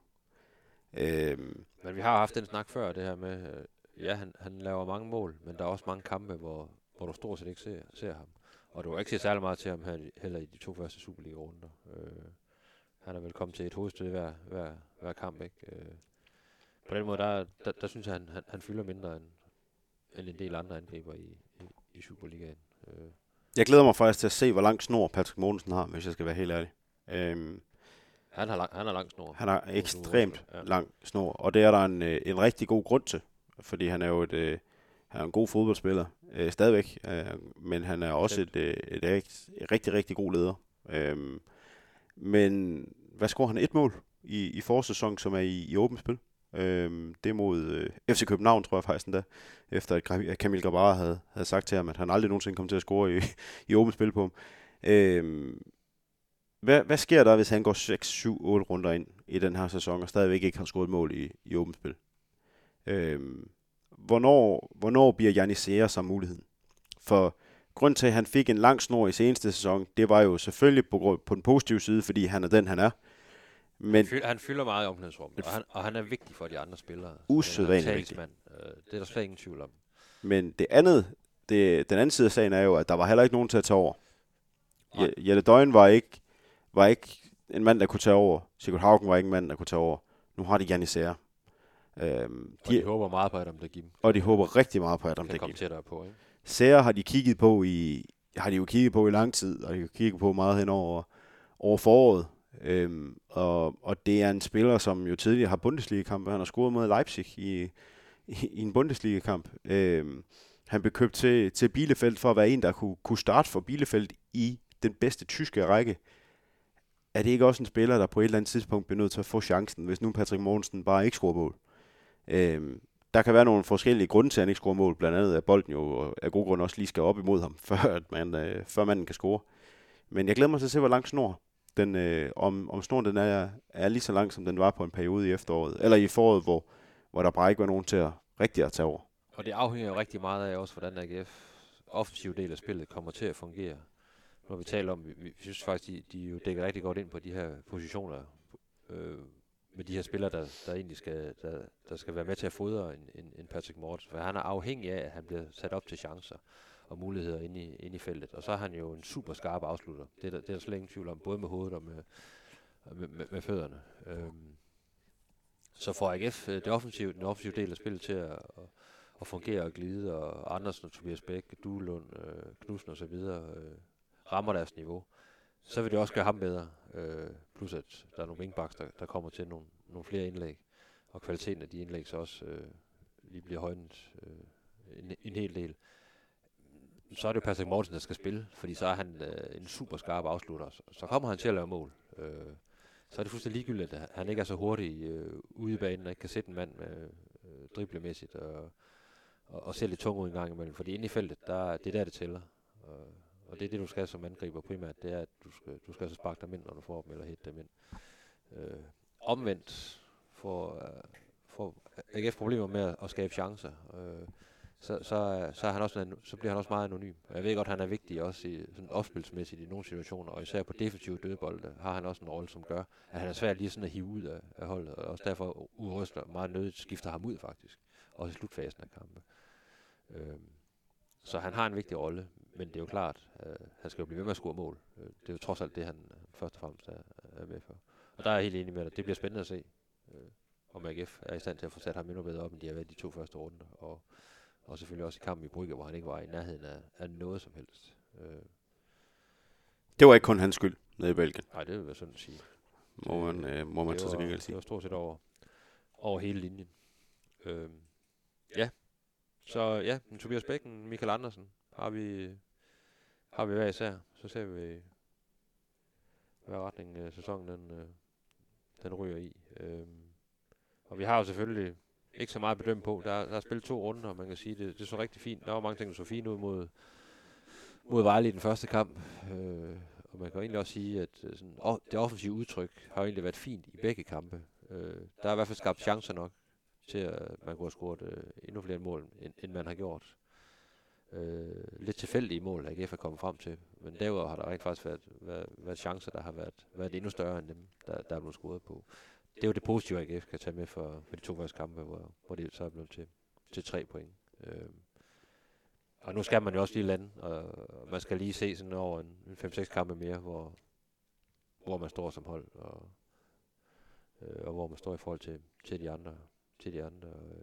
Øhm. Men vi har haft den snak før, det her med, øh, ja, han, han laver mange mål, men der er også mange kampe, hvor, hvor du stort set ikke ser, ser ham. Og du har ikke set særlig meget til ham her, heller i de to første Superliga-runder. Øh, han er vel kommet til et hovedstød hver, hver, hver kamp, ikke? Øh, på den måde, der, der, der synes jeg, han, han, han fylder mindre end end en del andre angriber i, i, i Superligaen. Øh. Jeg glæder mig faktisk til at se, hvor lang snor Patrick Mogensen har, hvis jeg skal være helt ærlig. Øhm, han, har lang, han har lang snor. Han har ekstremt ja. lang snor, og det er der en, en rigtig god grund til, fordi han er jo et, øh, han er en god fodboldspiller, øh, stadigvæk, øh, men han er også et, øh, et, et, et rigtig, rigtig god leder. Øhm, men hvad scorer han? Et mål i, i forsæson, som er i, i åbent spil. Øhm, det mod øh, F C København, tror jeg faktisk endda, efter at Kamil Grabara havde, havde sagt til ham, at han aldrig nogensinde kom til at score i, i åbent spil på ham. Øhm, hvad, hvad sker der, hvis han går seks, syv, otte runder ind i den her sæson, og stadigvæk ikke har scoret et mål i, i åbent spil? Øhm, hvornår, hvornår bliver Janni Seher så muligheden? For grund til, at han fik en lang snor i seneste sæson, det var jo selvfølgelig på, på den positive side, fordi han er den, han er. Men han, fylder, han fylder meget i omklædningsrummet, og han, og han er vigtig for de andre spillere. Usædvanligt vigtig. Øh, det er der slet ingen tvivl om. Men det andet, det, den anden side af sagen er jo, at der var heller ikke nogen til at tage over. J- Jelle Døjen var ikke, var ikke en mand, der kunne tage over. Sigurd Haugen var ikke en mand, der kunne tage over. Nu har de Janni Seher. Øhm, og de, de håber meget på Adam Dagim. Og de håber rigtig meget på Adam Dagim. Kan komme tættere på, ikke? Serra har de kigget på i har de jo kigget på i lang tid, og de har kigget på meget hen over, over foråret. Øhm, og, og det er en spiller, som jo tidligere har Bundesliga-kampe. Han har scoret mod Leipzig i, i, i en Bundesliga-kamp. Øhm, han blev købt til, til Bielefeld for at være en, der kunne, kunne starte for Bielefeld i den bedste tyske række. Er det ikke også en spiller, der på et eller andet tidspunkt bliver nødt til at få chancen, hvis nu Patrick Mogensen bare ikke scorer mål? Øhm, der kan være nogle forskellige grunde til, at han ikke scorer mål. Blandt andet, at bolden jo af god grund også lige skal op imod ham, før, at man, øh, før manden kan score. Men jeg glæder mig til at se, hvor lang snor den, øh, om, om snoren den er, er lige så lang, som den var på en periode i efteråret, eller i foråret, hvor, hvor der bare ikke var nogen til at rigtig at tage over. Og det afhænger jo rigtig meget af også, hvordan A G F offensiv del af spillet kommer til at fungere. Når vi taler om, vi, vi synes faktisk, de, de jo dækker rigtig godt ind på de her positioner, øh, med de her spillere, der, der egentlig skal, der, der skal være med til at fodre en, en, en Patrick Mortensen. For han er afhængig af, at han bliver sat op til chancer og muligheder inde i, inde i feltet. Og så er han jo en super skarp afslutter. Det er der, det er der slet ingen tvivl om, både med hovedet og med, med, med, med fødderne. Øhm, så får A G F det offensive, den offensive del af spillet til at, at, at fungere og glide, og Andersen og Tobias Bæk, Duelund, øh, Knudsen og så videre øh, rammer deres niveau, så vil det også gøre ham bedre. Øh, plus at der er nogle wingbacks, der, der kommer til nogle, nogle flere indlæg, og kvaliteten af de indlæg så også øh, lige bliver højnet øh, en, en hel del. Så er det jo Patrick Mortensen, der skal spille, fordi så er han øh, en super skarp afslutter. Så, så kommer han til at lave mål. Øh, så er det fuldstændig ligegyldigt, at han ikke er så hurtig øh, ude i banen, og ikke kan sætte en mand med øh, driblemæssigt, og, og, og ser lidt tung ud en gang imellem. Fordi inde i feltet, der, det er der, det tæller. Og, og det er det, du skal som angriber primært, det er, at du skal, du skal så sparke dem ind, når du får dem, eller hætte dem ind. Øh, omvendt får, øh, får A G F problemer med at, at skabe chancer. Øh, så, så, så, er han også en, så bliver han også meget anonym. Jeg ved godt, at han er vigtig også i, sådan opspilsmæssigt i nogle situationer, og især på defensive dødbolde har han også en rolle, som gør, at han er svært lige sådan at hive ud af, af holdet, og også derfor udryster meget nødigt skifter ham ud faktisk, også i slutfasen af kampen. Øh, Så han har en vigtig rolle, men det er jo klart, at øh, han skal jo blive ved med at score mål. Øh, det er jo trods alt det, han øh, først og fremmest er, er med for. Og der er jeg helt enig med dig. Det bliver spændende at se, øh, om A G F er i stand til at få sat ham endnu bedre op, end de har været de to første runder. Og, og selvfølgelig også i kampen i Brygge, hvor han ikke var i nærheden af, af noget som helst. Øh. Det var ikke kun hans skyld nede i Belgien. Nej, det vil være sådan at sige. Må man, øh, må man så til gengæld sige. Det var stort set over, over hele linjen. Øh. Ja. Så ja, Tobias Bækken, Michael Andersen har vi har vi hver især. Så ser vi, hvad retning øh, sæsonen den, øh, den ryger i. Øhm, og vi har jo selvfølgelig ikke så meget at bedømme på. Der, der er spillet to runder, og man kan sige, det, det så rigtig fint. Der var mange ting, der så fint ud mod, mod Vejle i den første kamp. Øh, og man kan egentlig også sige, at sådan, åh, det offensive udtryk har jo egentlig været fint i begge kampe. Øh, der er i hvert fald skabt chancer nok til at man kunne have scoret øh, endnu flere mål, end, end man har gjort. Øh, lidt tilfældige mål, A G F er kommet frem til, men derudover har der rent faktisk været, været, været chancer, der har været, været endnu større end dem, der, der er blevet scoret på. Det er jo det positive, A G F kan tage med for, for de to første kampe, hvor, hvor det så er blevet til, til tre point. Øh, og nu skal man jo også lige lande, og man skal lige se sådan over en, en fem seks kampe mere, hvor, hvor man står som hold, og, øh, og hvor man står i forhold til, til de andre til de andre øh,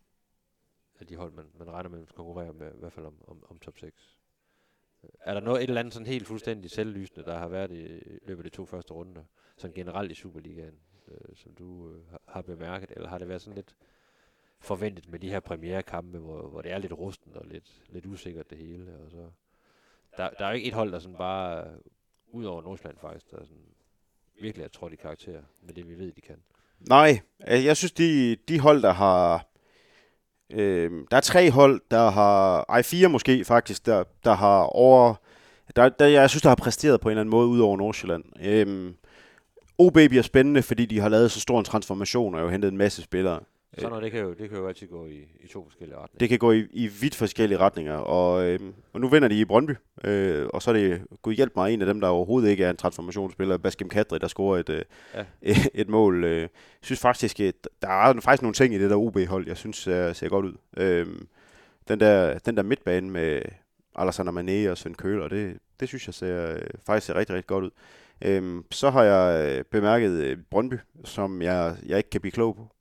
af de hold, man, man regner med, at man skal konkurrere med, i hvert fald om, om, om top seks. Er der noget, et eller andet sådan helt fuldstændig selvlysende, der har været i, i løbet af de to første runder, sådan generelt i Superligaen, øh, som du øh, har bemærket, eller har det været sådan lidt forventet med de her premierekampe, hvor, hvor det er lidt rustent og lidt, lidt usikkert det hele, og så der, der er jo ikke et hold, der sådan bare, øh, ud over Nordsjælland faktisk, der sådan virkelig er trådt i karakter med det, vi ved, de kan. Nej, jeg synes, de, de hold, der har... Øh, der er tre hold, der har... Ej, fire måske faktisk, der, der har over... Der, der, jeg synes, der har præsteret på en eller anden måde ud over Nordsjælland. Øh, O B bliver spændende, fordi de har lavet så stor en transformation og jo hentet en masse spillere. Sådan noget, det kan jo, det kan jo altid gå i, i to forskellige retninger. Det kan gå i, i vidt forskellige retninger, og, øh, og nu vinder de i Brøndby, øh, og så er det, gud hjælp mig, en af dem, der overhovedet ikke er en transformationsspiller, Baskim Kadri, der scorer et, øh, ja. et, et mål. Jeg øh, synes faktisk, at der er faktisk nogle ting i det der O B-hold, jeg synes ser, ser godt ud. Øh, den, der, den der midtbane med Alassane Mané og Svend Køler, det, det synes jeg ser, faktisk ser rigtig, rigtig godt ud. Øh, så har jeg bemærket Brøndby, som jeg, jeg ikke kan blive klog på.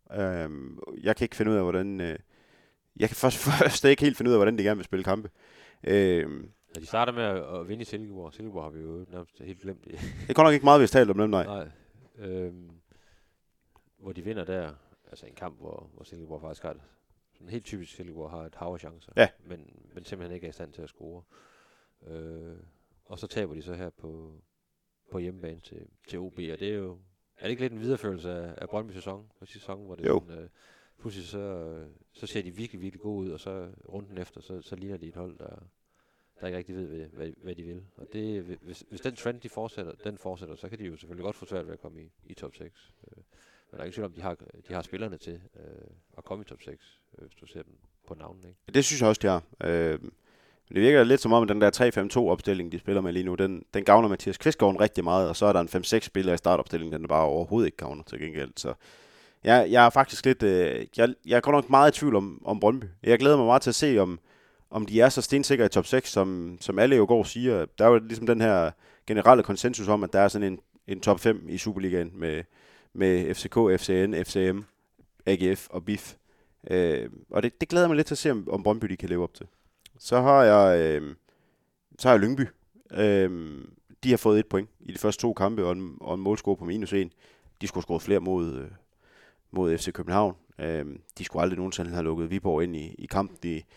Øh, jeg kan ikke finde ud af, hvordan... Øh, jeg kan først, først ikke helt finde ud af, hvordan de gerne vil spille kampe. Øh, Ja, de starter med at, at vinde i Silkeborg. Silkeborg har vi jo nærmest helt glemt i. det går nok ikke meget, vi har talt om dem, nej. Nej. Øhm, hvor de vinder der, altså en kamp, hvor, hvor Silkeborg faktisk har sådan helt typisk Silkeborg har et hav af chancer, ja. men, men simpelthen ikke er i stand til at score. Øh, og så taber de så her på, på hjemmebane til, til O B, og det er jo, er det ikke lidt en videreførelse af, af Brøndby sæson, på sidste sæson, hvor det jo. sådan, øh, pludselig så, øh, så ser de virkelig, virkelig gode ud, og så runden efter, så, så ligner de et hold, der, der ikke rigtig ved, hvad, hvad, hvad de vil. Og det, hvis, hvis den trend, de fortsætter, den fortsætter, så kan de jo selvfølgelig godt få svært ved at komme i, i top seks. Øh, men der er ikke tvivl om, de har, de har spillerne til øh, at komme i top seks, øh, hvis du ser dem på navnet, ikke? Det synes jeg også, de har. Øh, det virker lidt som om, at den der tre fem to opstilling, de spiller med lige nu, den, den gavner Mathias Kvistgaard rigtig meget, og så er der en fem seks spillere i startopstillingen, den bare overhovedet ikke gavner til gengæld. Så jeg, jeg er faktisk lidt... Øh, jeg, jeg er godt nok meget i tvivl om, om Brøndby. Jeg glæder mig meget til at se, om, om de er så stensikre i top seks, som, som alle jo går siger. Der er jo ligesom den her generelle konsensus om, at der er sådan en, en top fem i Superligaen med, med F C K, F C N, F C M, A G F og B I F. Øh, og det, det glæder mig lidt til at se, om, om Brøndby de kan leve op til. Så har jeg, øh, så har jeg Lyngby. Øh, de har fået et point i de første to kampe, og en, og en målscore på minus en. De skulle have scoret flere mod, øh, mod F C København. Øh, de skulle aldrig nogensinde have lukket Viborg ind i, i kampen i,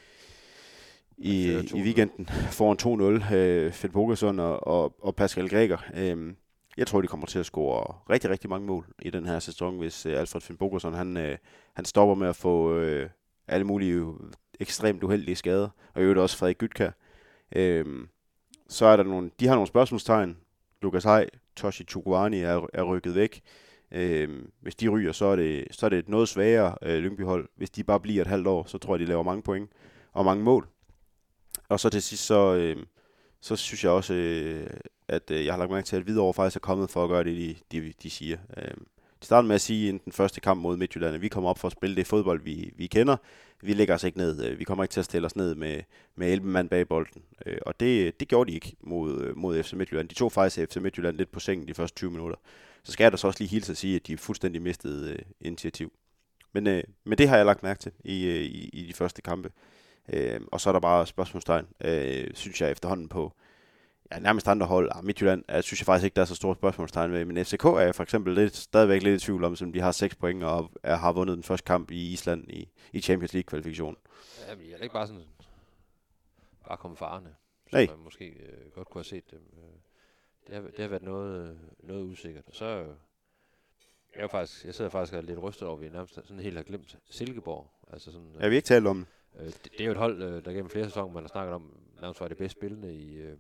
i, i weekenden foran to nul. Øh, Finn Bogerson og, og, og Pascal Græger. Øh, jeg tror, de kommer til at score rigtig, rigtig mange mål i den her sæson, hvis øh, Alfred Finn Bogerson, han, øh, han stopper med at få øh, alle mulige ekstremt uheldige skader, og i øvrigt også Frederik Gytkær. Øhm, så er der nogle, de har nogle spørgsmålstegn. Lukas Hej, Toshi Chukwuani er, er rykket væk. Øhm, hvis de ryger, så er det, så er det et noget svagere øh, Lyngby-hold. Hvis de bare bliver et halvt år, så tror jeg, de laver mange point og mange mål. Og så til sidst, så, øh, så synes jeg også, øh, at øh, jeg har lagt mærke til, at Hvidovre faktisk er kommet for at gøre det, de, de, de siger. Øh, de starter med at sige, inden den første kamp mod Midtjylland, at vi kommer op for at spille det fodbold, vi, vi kender. Vi lægger os ikke ned. Vi kommer ikke til at stille os ned med, med elleve mand bag bolden. Og det, det gjorde de ikke mod, mod F C Midtjylland. De tog faktisk F C Midtjylland lidt på sengen de første tyve minutter. Så skal jeg da så også lige hilse at sige, at de fuldstændig mistede uh, initiativ. Men, uh, men det har jeg lagt mærke til i, uh, i, i de første kampe. Uh, og så er der bare spørgsmålstegn, uh, synes jeg efterhånden på ja, nærmest andre hold. Ah, Midtjylland uh, synes jeg faktisk ikke, der er så store spørgsmålstegn ved. Men F C K er for eksempel lidt, stadigvæk lidt i tvivl om, som de har seks point og er, har vundet den første kamp i Island i, i Champions League-kvalifikationen. Jamen, jeg er ikke bare sådan bare komme farne, som Nej. man måske øh, godt kunne have set dem. Øh, det, har, det har været noget, noget usikkert. Og så øh, jeg, er faktisk, jeg sidder faktisk og er lidt rystet over, at vi nærmest sådan helt har glemt Silkeborg. Altså sådan, øh, ja, vi ikke talt om øh, det, det er jo et hold, øh, der gennem flere sæsoner, man har snakket om, nærmest var det bedste spillende i, øh,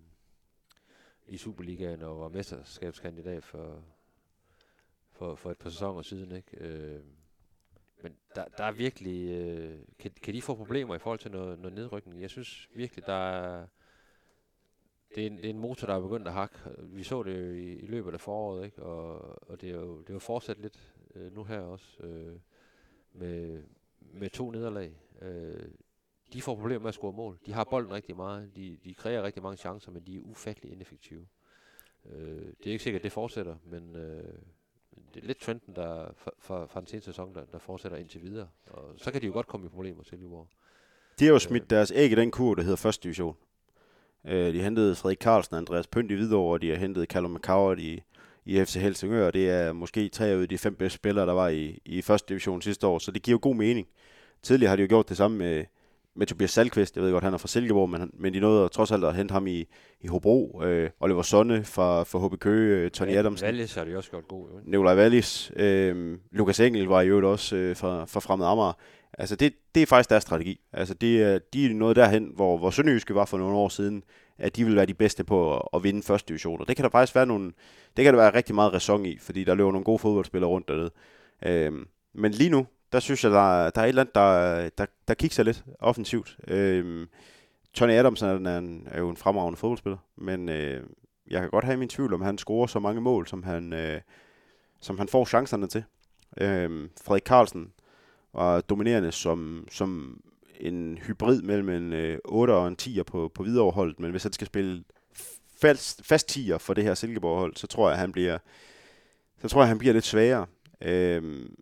i Superligaen og var mesterskabskandidat for, for, for et par sæsoner siden, ikke? Øh, Men der, der er virkelig... Øh, kan, kan de få problemer i forhold til noget, noget nedrykning? Jeg synes virkelig, der er... Det er, en, det er en motor, der er begyndt at hakke. Vi så det jo i, i løbet af foråret, ikke? Og, og det er jo, det er jo fortsat lidt øh, nu her også øh, med, med to nederlag. Øh, de får problemer med at score mål. De har bolden rigtig meget. De, de kræver rigtig mange chancer, men de er ufattelig ineffektive. Øh, det er ikke sikkert, at det fortsætter, men... Øh, det er lidt trenden, der fra, fra den seneste sæson, der, der fortsætter indtil videre. Og så kan de jo godt komme i problemer til Silkeborg. De har jo smidt øh, deres æg i den kur, der hedder første division. Øh, de hentede Frederik Carlsen og Andreas Pønt i Hvidovre, og de har hentet Callum McCoward i, i F C Helsingør. Det er måske tre ud af de fem bedste spillere, der var i, i første division sidste år, så det giver jo god mening. Tidligere har de jo gjort det samme med, med Tobias Salkvist. Jeg ved godt, han er fra Silkeborg, men, men de nåede trods alt at hente ham i, i Hobro. Øh, Oliver Sonne fra, fra H B Køge, Tony ja, Adamsen. Wallis har de også gjort god. Jo. Nikolaj Wallis. Øh, Lukas Engel var i øvrigt også øh, fra, fra Fremad Amager. Altså, det, det er faktisk deres strategi. Altså, det, de er nået derhen, hvor, hvor Sønderjyske var for nogle år siden, at de vil være de bedste på at, at vinde første division. Og det kan der faktisk være nogle, det kan der være rigtig meget ræson i, fordi der løber nogle gode fodboldspillere rundt dernede. Øh, men lige nu, der synes jeg, der, der er et eller andet, der, der, der kigger lidt offensivt. Øh, Tony Adamsen er, en, er jo en fremragende fodboldspiller, men øh, jeg kan godt have min tvivl, om han scorer så mange mål, som han, øh, som han får chancerne til. Øh, Frederik Carlsen var dominerende som, som en hybrid mellem en øh, otter og en tier på, på Hvidovre-holdet, men hvis han skal spille fast, fast tier for det her Silkeborg-hold, så tror jeg, han bliver, så tror jeg, han bliver lidt svagere. Øh,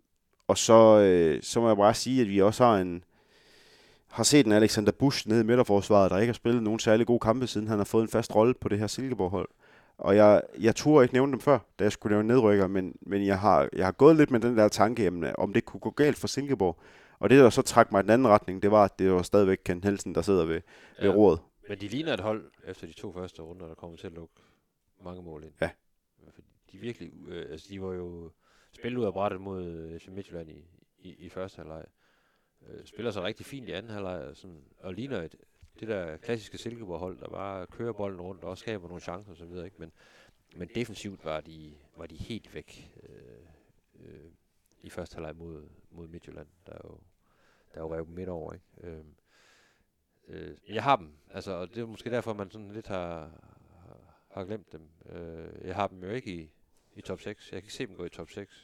Og så, øh, så må jeg bare sige, at vi også har en har set en Alexander Busch nede i midterforsvaret, der ikke har spillet nogen særlig gode kampe, siden han har fået en fast rolle på det her Silkeborg-hold. Og jeg, jeg turde ikke nævne dem før, da jeg skulle nævne nedrykker, men, men jeg, har, jeg har gået lidt med den der tanke, jamen, om det kunne gå galt for Silkeborg. Og det, der så trak mig i den anden retning, det var, at det var stadigvæk Ken Helsen, der sidder ved, ja, ved roret. Men de ligner et hold efter de to første runder, der kommer til at lukke mange mål ind. Ja. Fordi de virkelig, øh, altså de var jo spillet ud af brættet mod F C Midtjylland i, i, i første halvleg. Øh, spiller sig rigtig fint i anden halvleg, og, sådan, og ligner et, det der klassiske Silkeborg-hold, der bare kører bolden rundt og også skaber nogle chancer og så videre, ikke? Men, men defensivt var de, var de helt væk øh, øh, i første halvleg mod, mod Midtjylland, der jo, der jo rev dem midt over, ikke? Øh, øh, jeg har dem, altså, og det er måske derfor, man sådan lidt har, har, har glemt dem. Øh, jeg har dem jo ikke i, i top seks. Jeg kan ikke se dem gå i top seks.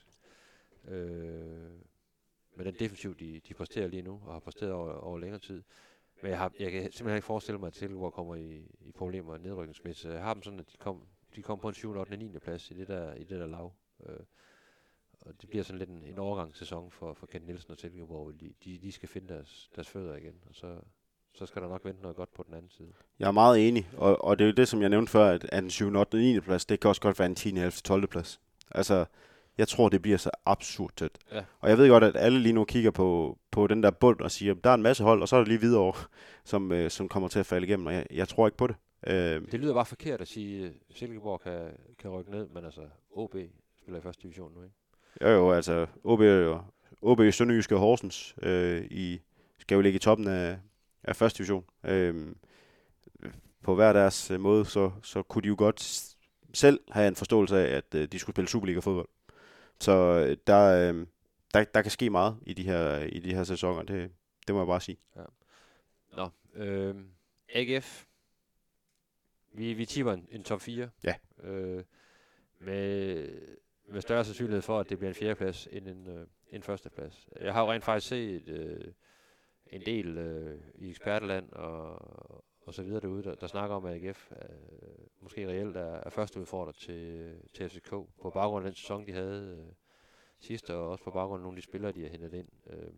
Øh, med den defensiv, de, de præsterer lige nu, og har præsteret over, over længere tid. Men jeg, har, jeg kan simpelthen ikke forestille mig, at Silkeborg kommer i, i problemer nedrykningsmæssigt. Jeg har dem sådan, at de kom, de kom på en syvende, ottende, niende plads i det der, i det der lav. Øh, og det bliver sådan lidt en, en overgangssæson for, for Kent Nielsen og Silkeborg, hvor de, de, de skal finde deres, deres fødder igen, og så, så skal der nok vente noget godt på den anden side. Jeg er meget enig, og, og det er jo det, som jeg nævnte før, at den syvende, ottende, niende plads, det kan også godt være en tiende, ellevte, tolvte plads. Altså, jeg tror, det bliver så absurd tæt. Ja. Og jeg ved godt, at alle lige nu kigger på, på den der bund og siger, der er en masse hold, og så er der lige videre, som, øh, som kommer til at falde igennem, og jeg, jeg tror ikke på det. Øh, det lyder bare forkert at sige, at Silkeborg kan, kan rykke ned, men altså, O B spiller i første division nu, ikke? Jo jo, altså, O B og O B Sønderjyske og Horsens øh, i, skal jo ligge i toppen af, af første division. Øh, på hver deres øh, måde, så, så kunne de jo godt selv have en forståelse af, at øh, de skulle spille Superliga-fodbold. Så øh, der, øh, der, der kan ske meget i de her, i de her sæsoner, det, det må jeg bare sige. Ja. Nå, øh, A G F. Vi, vi tipper en, en top fire. Ja. Øh, med, med større sandsynlighed for, at det bliver en fjerdeplads end en, øh, en førsteplads. Jeg har jo rent faktisk set øh, en del øh, i eksperteland og, og så videre derude, der, der snakker om, at A G F øh, måske reelt er, er første udfordrer til, til F C K, på baggrund af den sæson, de havde øh, sidste, og også på baggrund af nogle af de spillere, de har hentet ind.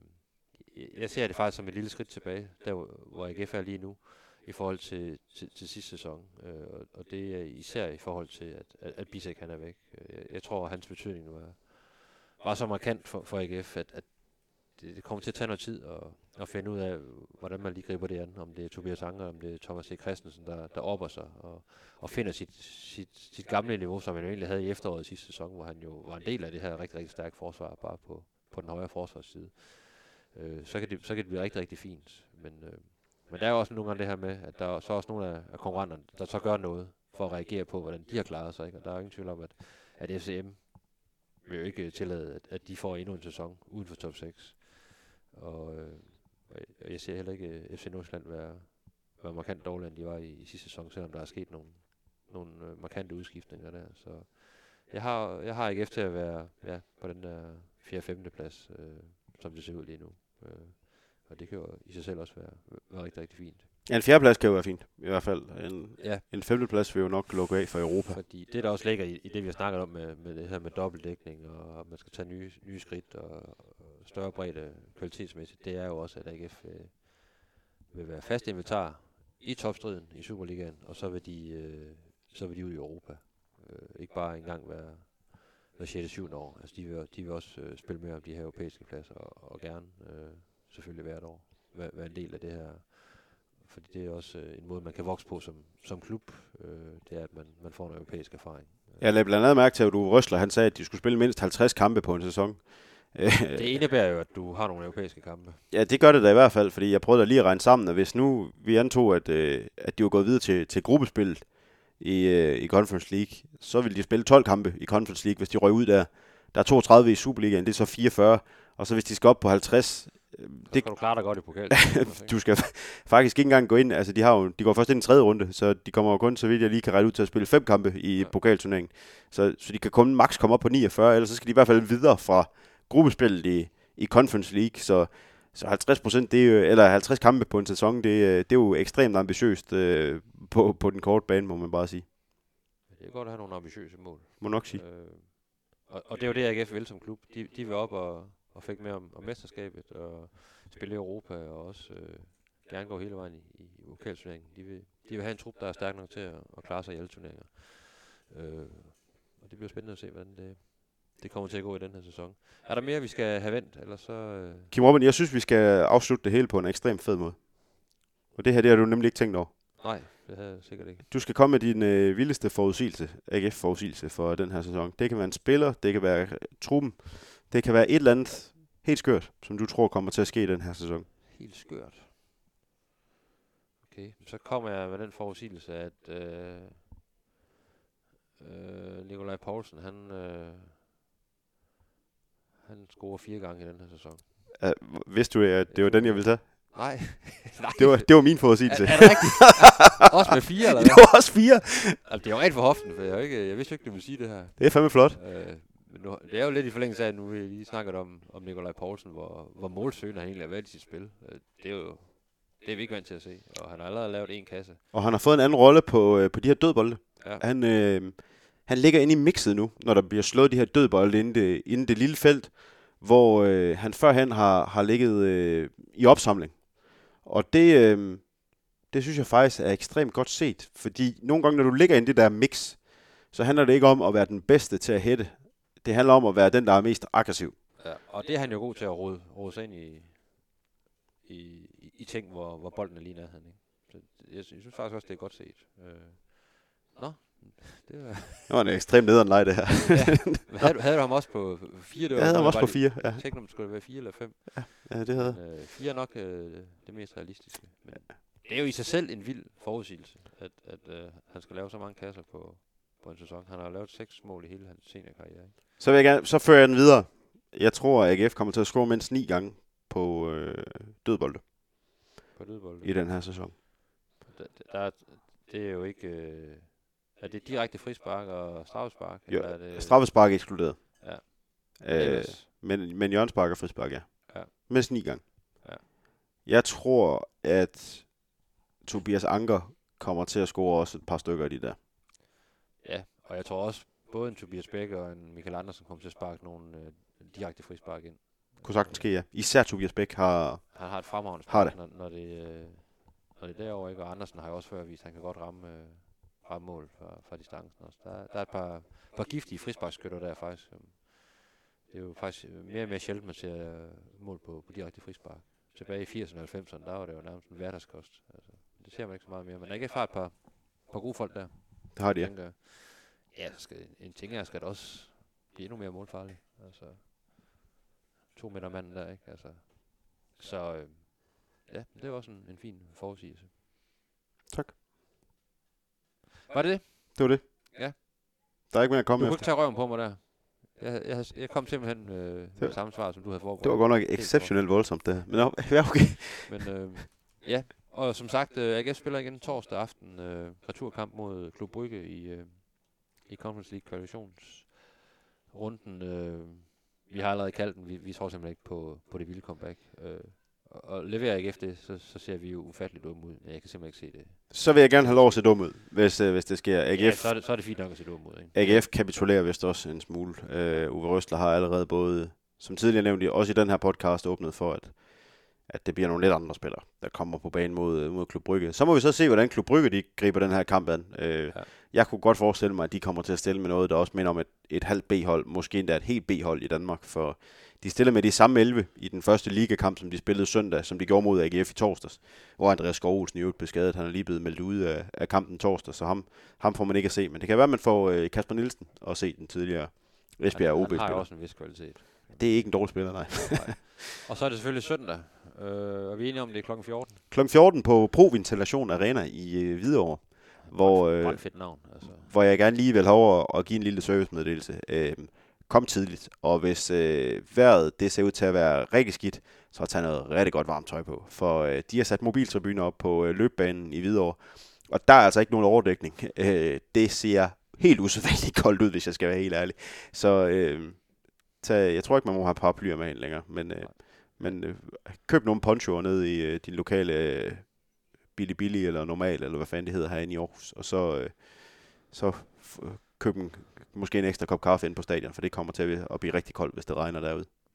Øh, jeg ser det faktisk som et lille skridt tilbage, der hvor A G F er lige nu, i forhold til, til, til sidste sæson. Øh, og, og det er især i forhold til, at, at, at Bisek han er væk. Jeg, jeg tror, at hans betydning var, var så markant for, for A G F, at, at det, det kommer til at tage noget tid at, at finde ud af, hvordan man lige griber det an. Om det er Tobias Anker, om det er Thomas C. Christensen, der, der opper sig og, og finder sit, sit, sit gamle niveau, som han jo egentlig havde i efteråret sidste sæson, hvor han jo var en del af det her rigtig, rigtig stærke forsvar, bare på, på den højre forsvarsside. Øh, så, kan det, så kan det blive rigtig, rigtig fint. Men, øh, men der er jo også nogle gange det her med, at der er så også nogle af, af konkurrenterne, der så gør noget for at reagere på, hvordan de har klaret sig. Ikke? Og der er jo ingen tvivl om, at, at F C M vil jo ikke tillade, at, at de får endnu en sæson uden for top seks. Og øh, jeg ser heller ikke F C Nordsjælland være, være markant dårligere, end de var i, i sidste sæson, selvom der er sket nogle, nogle øh, markante udskiftninger der. Så jeg har, jeg har A G F til at være ja, på den der fjerde femte plads, øh, som det ser ud lige nu. Øh, og det kan jo i sig selv også være, være rigtig, rigtig fint. Ja, en fjerdeplads kan jo være fint, i hvert fald. En, ja. en femteplads vil jo nok lukke af for Europa. Fordi det, der også ligger i, i det, vi har snakket om med, med det her med dobbeltdækning, og at man skal tage nye, nye skridt og, og større bredde kvalitetsmæssigt, det er jo også, at A G F øh, vil være fast inventar i topstriden i Superligaen, og så vil de, øh, så vil de ud i Europa. Øh, ikke bare engang være hver sjette syvende år. Altså, de vil, de vil også øh, spille mere om de her europæiske pladser, og, og gerne øh, selvfølgelig hvert år være, være en del af det her. Fordi det er også øh, en måde, man kan vokse på som, som klub. Øh, det er, at man, man får en europæisk erfaring. Jeg lagde blandt andet mærke til, at du Røsler, han sagde, at de skulle spille mindst halvtreds kampe på en sæson. Det indebærer jo, at du har nogle europæiske kampe. Ja, det gør det da i hvert fald, fordi jeg prøvede lige at regne sammen, at hvis nu vi antog, at, øh, at de var gået videre til, til gruppespillet i, øh, i Conference League, så ville de spille tolv kampe i Conference League, hvis de røg ud der. Der er toogtredive i Superligaen, det er så fireogfyrre, og så hvis de skal op på halvtreds... Så skal det, du klare dig godt i pokalen. Du skal faktisk ikke engang gå ind, altså de, har jo, de går først ind i tredje runde, så de kommer jo kun, så vidt jeg lige kan regne ud, til at spille fem kampe i ja. pokalturneringen. Så, så de kan kun maks komme op på niogfyrre, ellers så skal de i hvert fald videre fra gruppespillet i, i Conference League, så, så halvtreds procent, det er jo, eller halvtreds kampe på en sæson, det, det er jo ekstremt ambitiøst øh, på, på den korte bane, må man bare sige. Det er godt at have nogle ambitiøse mål. Må nok sige. Øh, og, og det er jo det, A G F vil som klub. De, de vil op og, og fik med om, om mesterskabet, og spille i Europa, og også øh, gerne gå hele vejen i, i vokalturneringen. De vil, de vil have en trup, der er stærk nok til at, at klare sig i alle turneringer. Øh, og det bliver spændende at se, hvordan det, det kommer til at gå i den her sæson. Er der mere, vi skal have vendt, eller så... Øh... Kim Robin, jeg synes, vi skal afslutte det hele på en ekstremt fed måde. Og det her, det har du nemlig ikke tænkt over. Nej, det havde jeg sikkert ikke. Du skal komme med din øh, vildeste forudsigelse, A G F-forudsigelse for den her sæson. Det kan være en spiller, det kan være truppen, det kan være et eller andet helt skørt, som du tror kommer til at ske i den her sæson. Helt skørt. Okay, så kommer jeg med den forudsigelse, at øh, øh, Nikolaj Poulsen, han, øh, han scorer fire gange i den her sæson. Uh, vidste du, at det var den, jeg ville tage? Nej. Nej. Det var, det var min forudsigelse. Er, er det rigtigt? Også med fire, eller hvad? Det var også fire. Altså, det er jo rent for hoften, for jeg, jo ikke, jeg vidste jo ikke, du ville sige det her. Det er fandme flot. Øh, men nu, det er jo lidt i forlængelse af, at nu vi lige snakket om, om Nikolaj Poulsen, hvor, hvor målsøgende han egentlig har været i sit spil. Det er jo det er vi ikke vant til at se, og han har allerede lavet en kasse. Og han har fået en anden rolle på, øh, på de her dødbolde. Ja. Han, øh, han ligger inde i mixet nu, når der bliver slået de her dødbolde inden det, inden det lille felt, hvor øh, han førhen har, har ligget øh, i opsamling. Og det, øh, det synes jeg faktisk er ekstremt godt set, fordi nogle gange, når du ligger inde i det der mix, så handler det ikke om at være den bedste til at hætte. Det handler om at være den, der er mest aggressiv. Ja, og det er han jo god til at rode, rode sig ind i, i, i, i ting, hvor, hvor bolden er lige nærheden. Ikke? Så jeg, jeg synes faktisk også, det er godt set. Øh. Nå, det var... Det var en ekstremt nederen leg, det her. Ja. Havde, du, havde du ham også på fire? Det Jeg havde ham også på fire, ja. Jeg tænkte, om det skulle være fire eller fem. Ja, ja det havde Men, øh, fire er nok øh, det mest realistiske. Men det er jo i sig selv en vild forudsigelse, at, at øh, han skal lave så mange kasser på, på en sæson. Han har lavet seks mål i hele hans seniorkarriere. Ikke? Så vil jeg gerne, så fører jeg den videre. Jeg tror, at A G F kommer til at score mindst ni gange på øh, dødbolde. På dødbolde. I den her sæson. Der, der, det er jo ikke... Øh, er det direkte frispark og straffespark? Jo, eller er det straffespark ekskluderet. Ja. Øh, men, men hjørnespark og frispark, ja. Ja. Mindst ni gange. Ja. Jeg tror, at Tobias Anker kommer til at score også et par stykker af de der. Ja, og jeg tror også, både en Tobias Bæk og en Michael Andersen kommer til at sparke nogle øh, direkte frispark ind. Kunne sagtens ske, ja. Især Tobias Bæk har... Han har et fremragende Har spark, når, når, det, øh, når det er derovre, ikke? Og Andersen har jo også før vist, at han kan godt ramme, øh, ramme mål fra, fra distancen også. Der, der er et par, par giftige frisparkskytter der faktisk. Det er jo faktisk mere og mere sjældent, man ser mål på, på direkte frispark. Tilbage i firserne og halvfemserne, der var det jo nærmest en hverdagskost. Altså, det ser man ikke så meget mere. Men der er ikke et par, par gode folk der. Det har de, ja. Tænker, ja, skal, en ting er, skal det også blive endnu mere målfarlig. Altså, to meter manden der, ikke? Altså, så øh, ja, det var også en, en fin forudsigelse. Tak. Var det det? Det var det. Ja. Der er ikke mere at komme Du kunne efter. ikke tage røven på mig der. Jeg, jeg, jeg kom simpelthen øh, med det samme svar, som du havde forberedt. Det var godt nok exceptionelt voldsomt, det her. Men ja, okay. Men øh, ja, og som sagt, øh, A G F spiller igen torsdag aften øh, returkamp mod Klub Brygge i, øh, i Conference League kvalifikationsrunden. Øh, vi har allerede kaldt den, vi, vi tror simpelthen ikke på, på det vilde comeback. Øh, og, og leverer A G F det, så, så ser vi jo ufatteligt dumme ud. Jeg kan simpelthen ikke se det. Så vil jeg gerne have lov at se dum ud, hvis, øh, hvis det sker. A G F, Ja, så er det, så er det fint nok at se dumme ud. Ikke? A G F kapitulerer vist også en smule. Uh, Uwe Røsler har allerede både, som tidligere nævnt, også i den her podcast åbnet for, at, at det bliver nogle lidt andre spillere, der kommer på banen mod, mod Klub Brygge. Så må vi så se, hvordan Klub Brygge de griber den her kamp an. Uh, ja. Jeg kunne godt forestille mig, at de kommer til at stille med noget, der også minder om et, et halvt B-hold, måske endda et helt B-hold i Danmark, for de stiller med de samme elleve i den første ligakamp, som de spillede søndag, som de gjorde mod A G F i torsdags, hvor Andreas Skovhusen i øvrigt blev skadet. Han er lige blevet meldt ud af, af kampen torsdag, så ham, ham får man ikke at se. Men det kan være, at man får øh, Kasper Nielsen at se den tidligere Esbjerg O B-spiller. Han har jo også en vis kvalitet. Det er ikke en dårlig spiller, nej. nej. Og så er det selvfølgelig søndag, øh, og vi er enige om, det er klokken fjorten. klokken fjorten på Proventilation Arena i øh, Hvidovre, hvor, øh, fedt navn, altså. hvor jeg gerne lige vil have over at give en lille servicemeddelelse. Øh, Kom tidligt, og hvis øh, vejret det ser ud til at være rigtig skidt, så tag noget rigtig godt varmt tøj på. For øh, de har sat mobiltribuner op på øh, løbebanen i Hvidovre, og der er altså ikke nogen overdækning. Øh, det ser helt usædvanligt koldt ud, hvis jeg skal være helt ærlig. Så øh, tag, jeg tror ikke, man må have paraplyer med ind længere, men, øh, men øh, køb nogle ponchoer ned i øh, din lokale øh, Billy Billy eller Normal, eller hvad fanden det hedder herinde i Aarhus, og så, øh, så f- køb en måske en ekstra kop kaffe ind på stadion, for det kommer til at blive rigtig koldt, hvis det regner derude.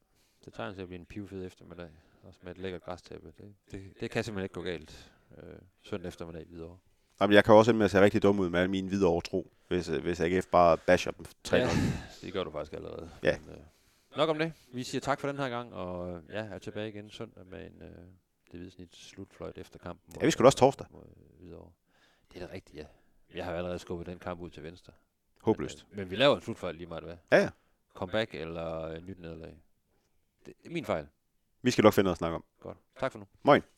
det tegner til at blive en pivfed eftermiddag. Også med et lækkert græstæppe. Det, det, det kan simpelthen ikke gå galt. Øh, søndag eftermiddag i Hvidovre. Jamen, jeg kan også ende med at se rigtig dum ud med alle mine Hvidovre tro, hvis, hvis A G F bare basher dem tre Ja, gange. det gør du faktisk allerede. Ja. Men, øh, nok om det. Vi siger tak for den her gang, og ja, er tilbage igen søndag med en øh, det hvide snit slutfløjt efter kampen. Ja, vi skulle også torsdag. Mod, øh, Hvidovre. Det er da rigtigt, ja. Jeg har jo allerede skubbet den kamp ud til venstre. Håbløst. Men, øh, men vi laver en slutfløjt lige meget, hvad? Ja, ja. Comeback eller øh, nyt nederlag. Det er min fejl. Vi skal nok finde noget at snakke om. Godt. Tak for nu. Moin.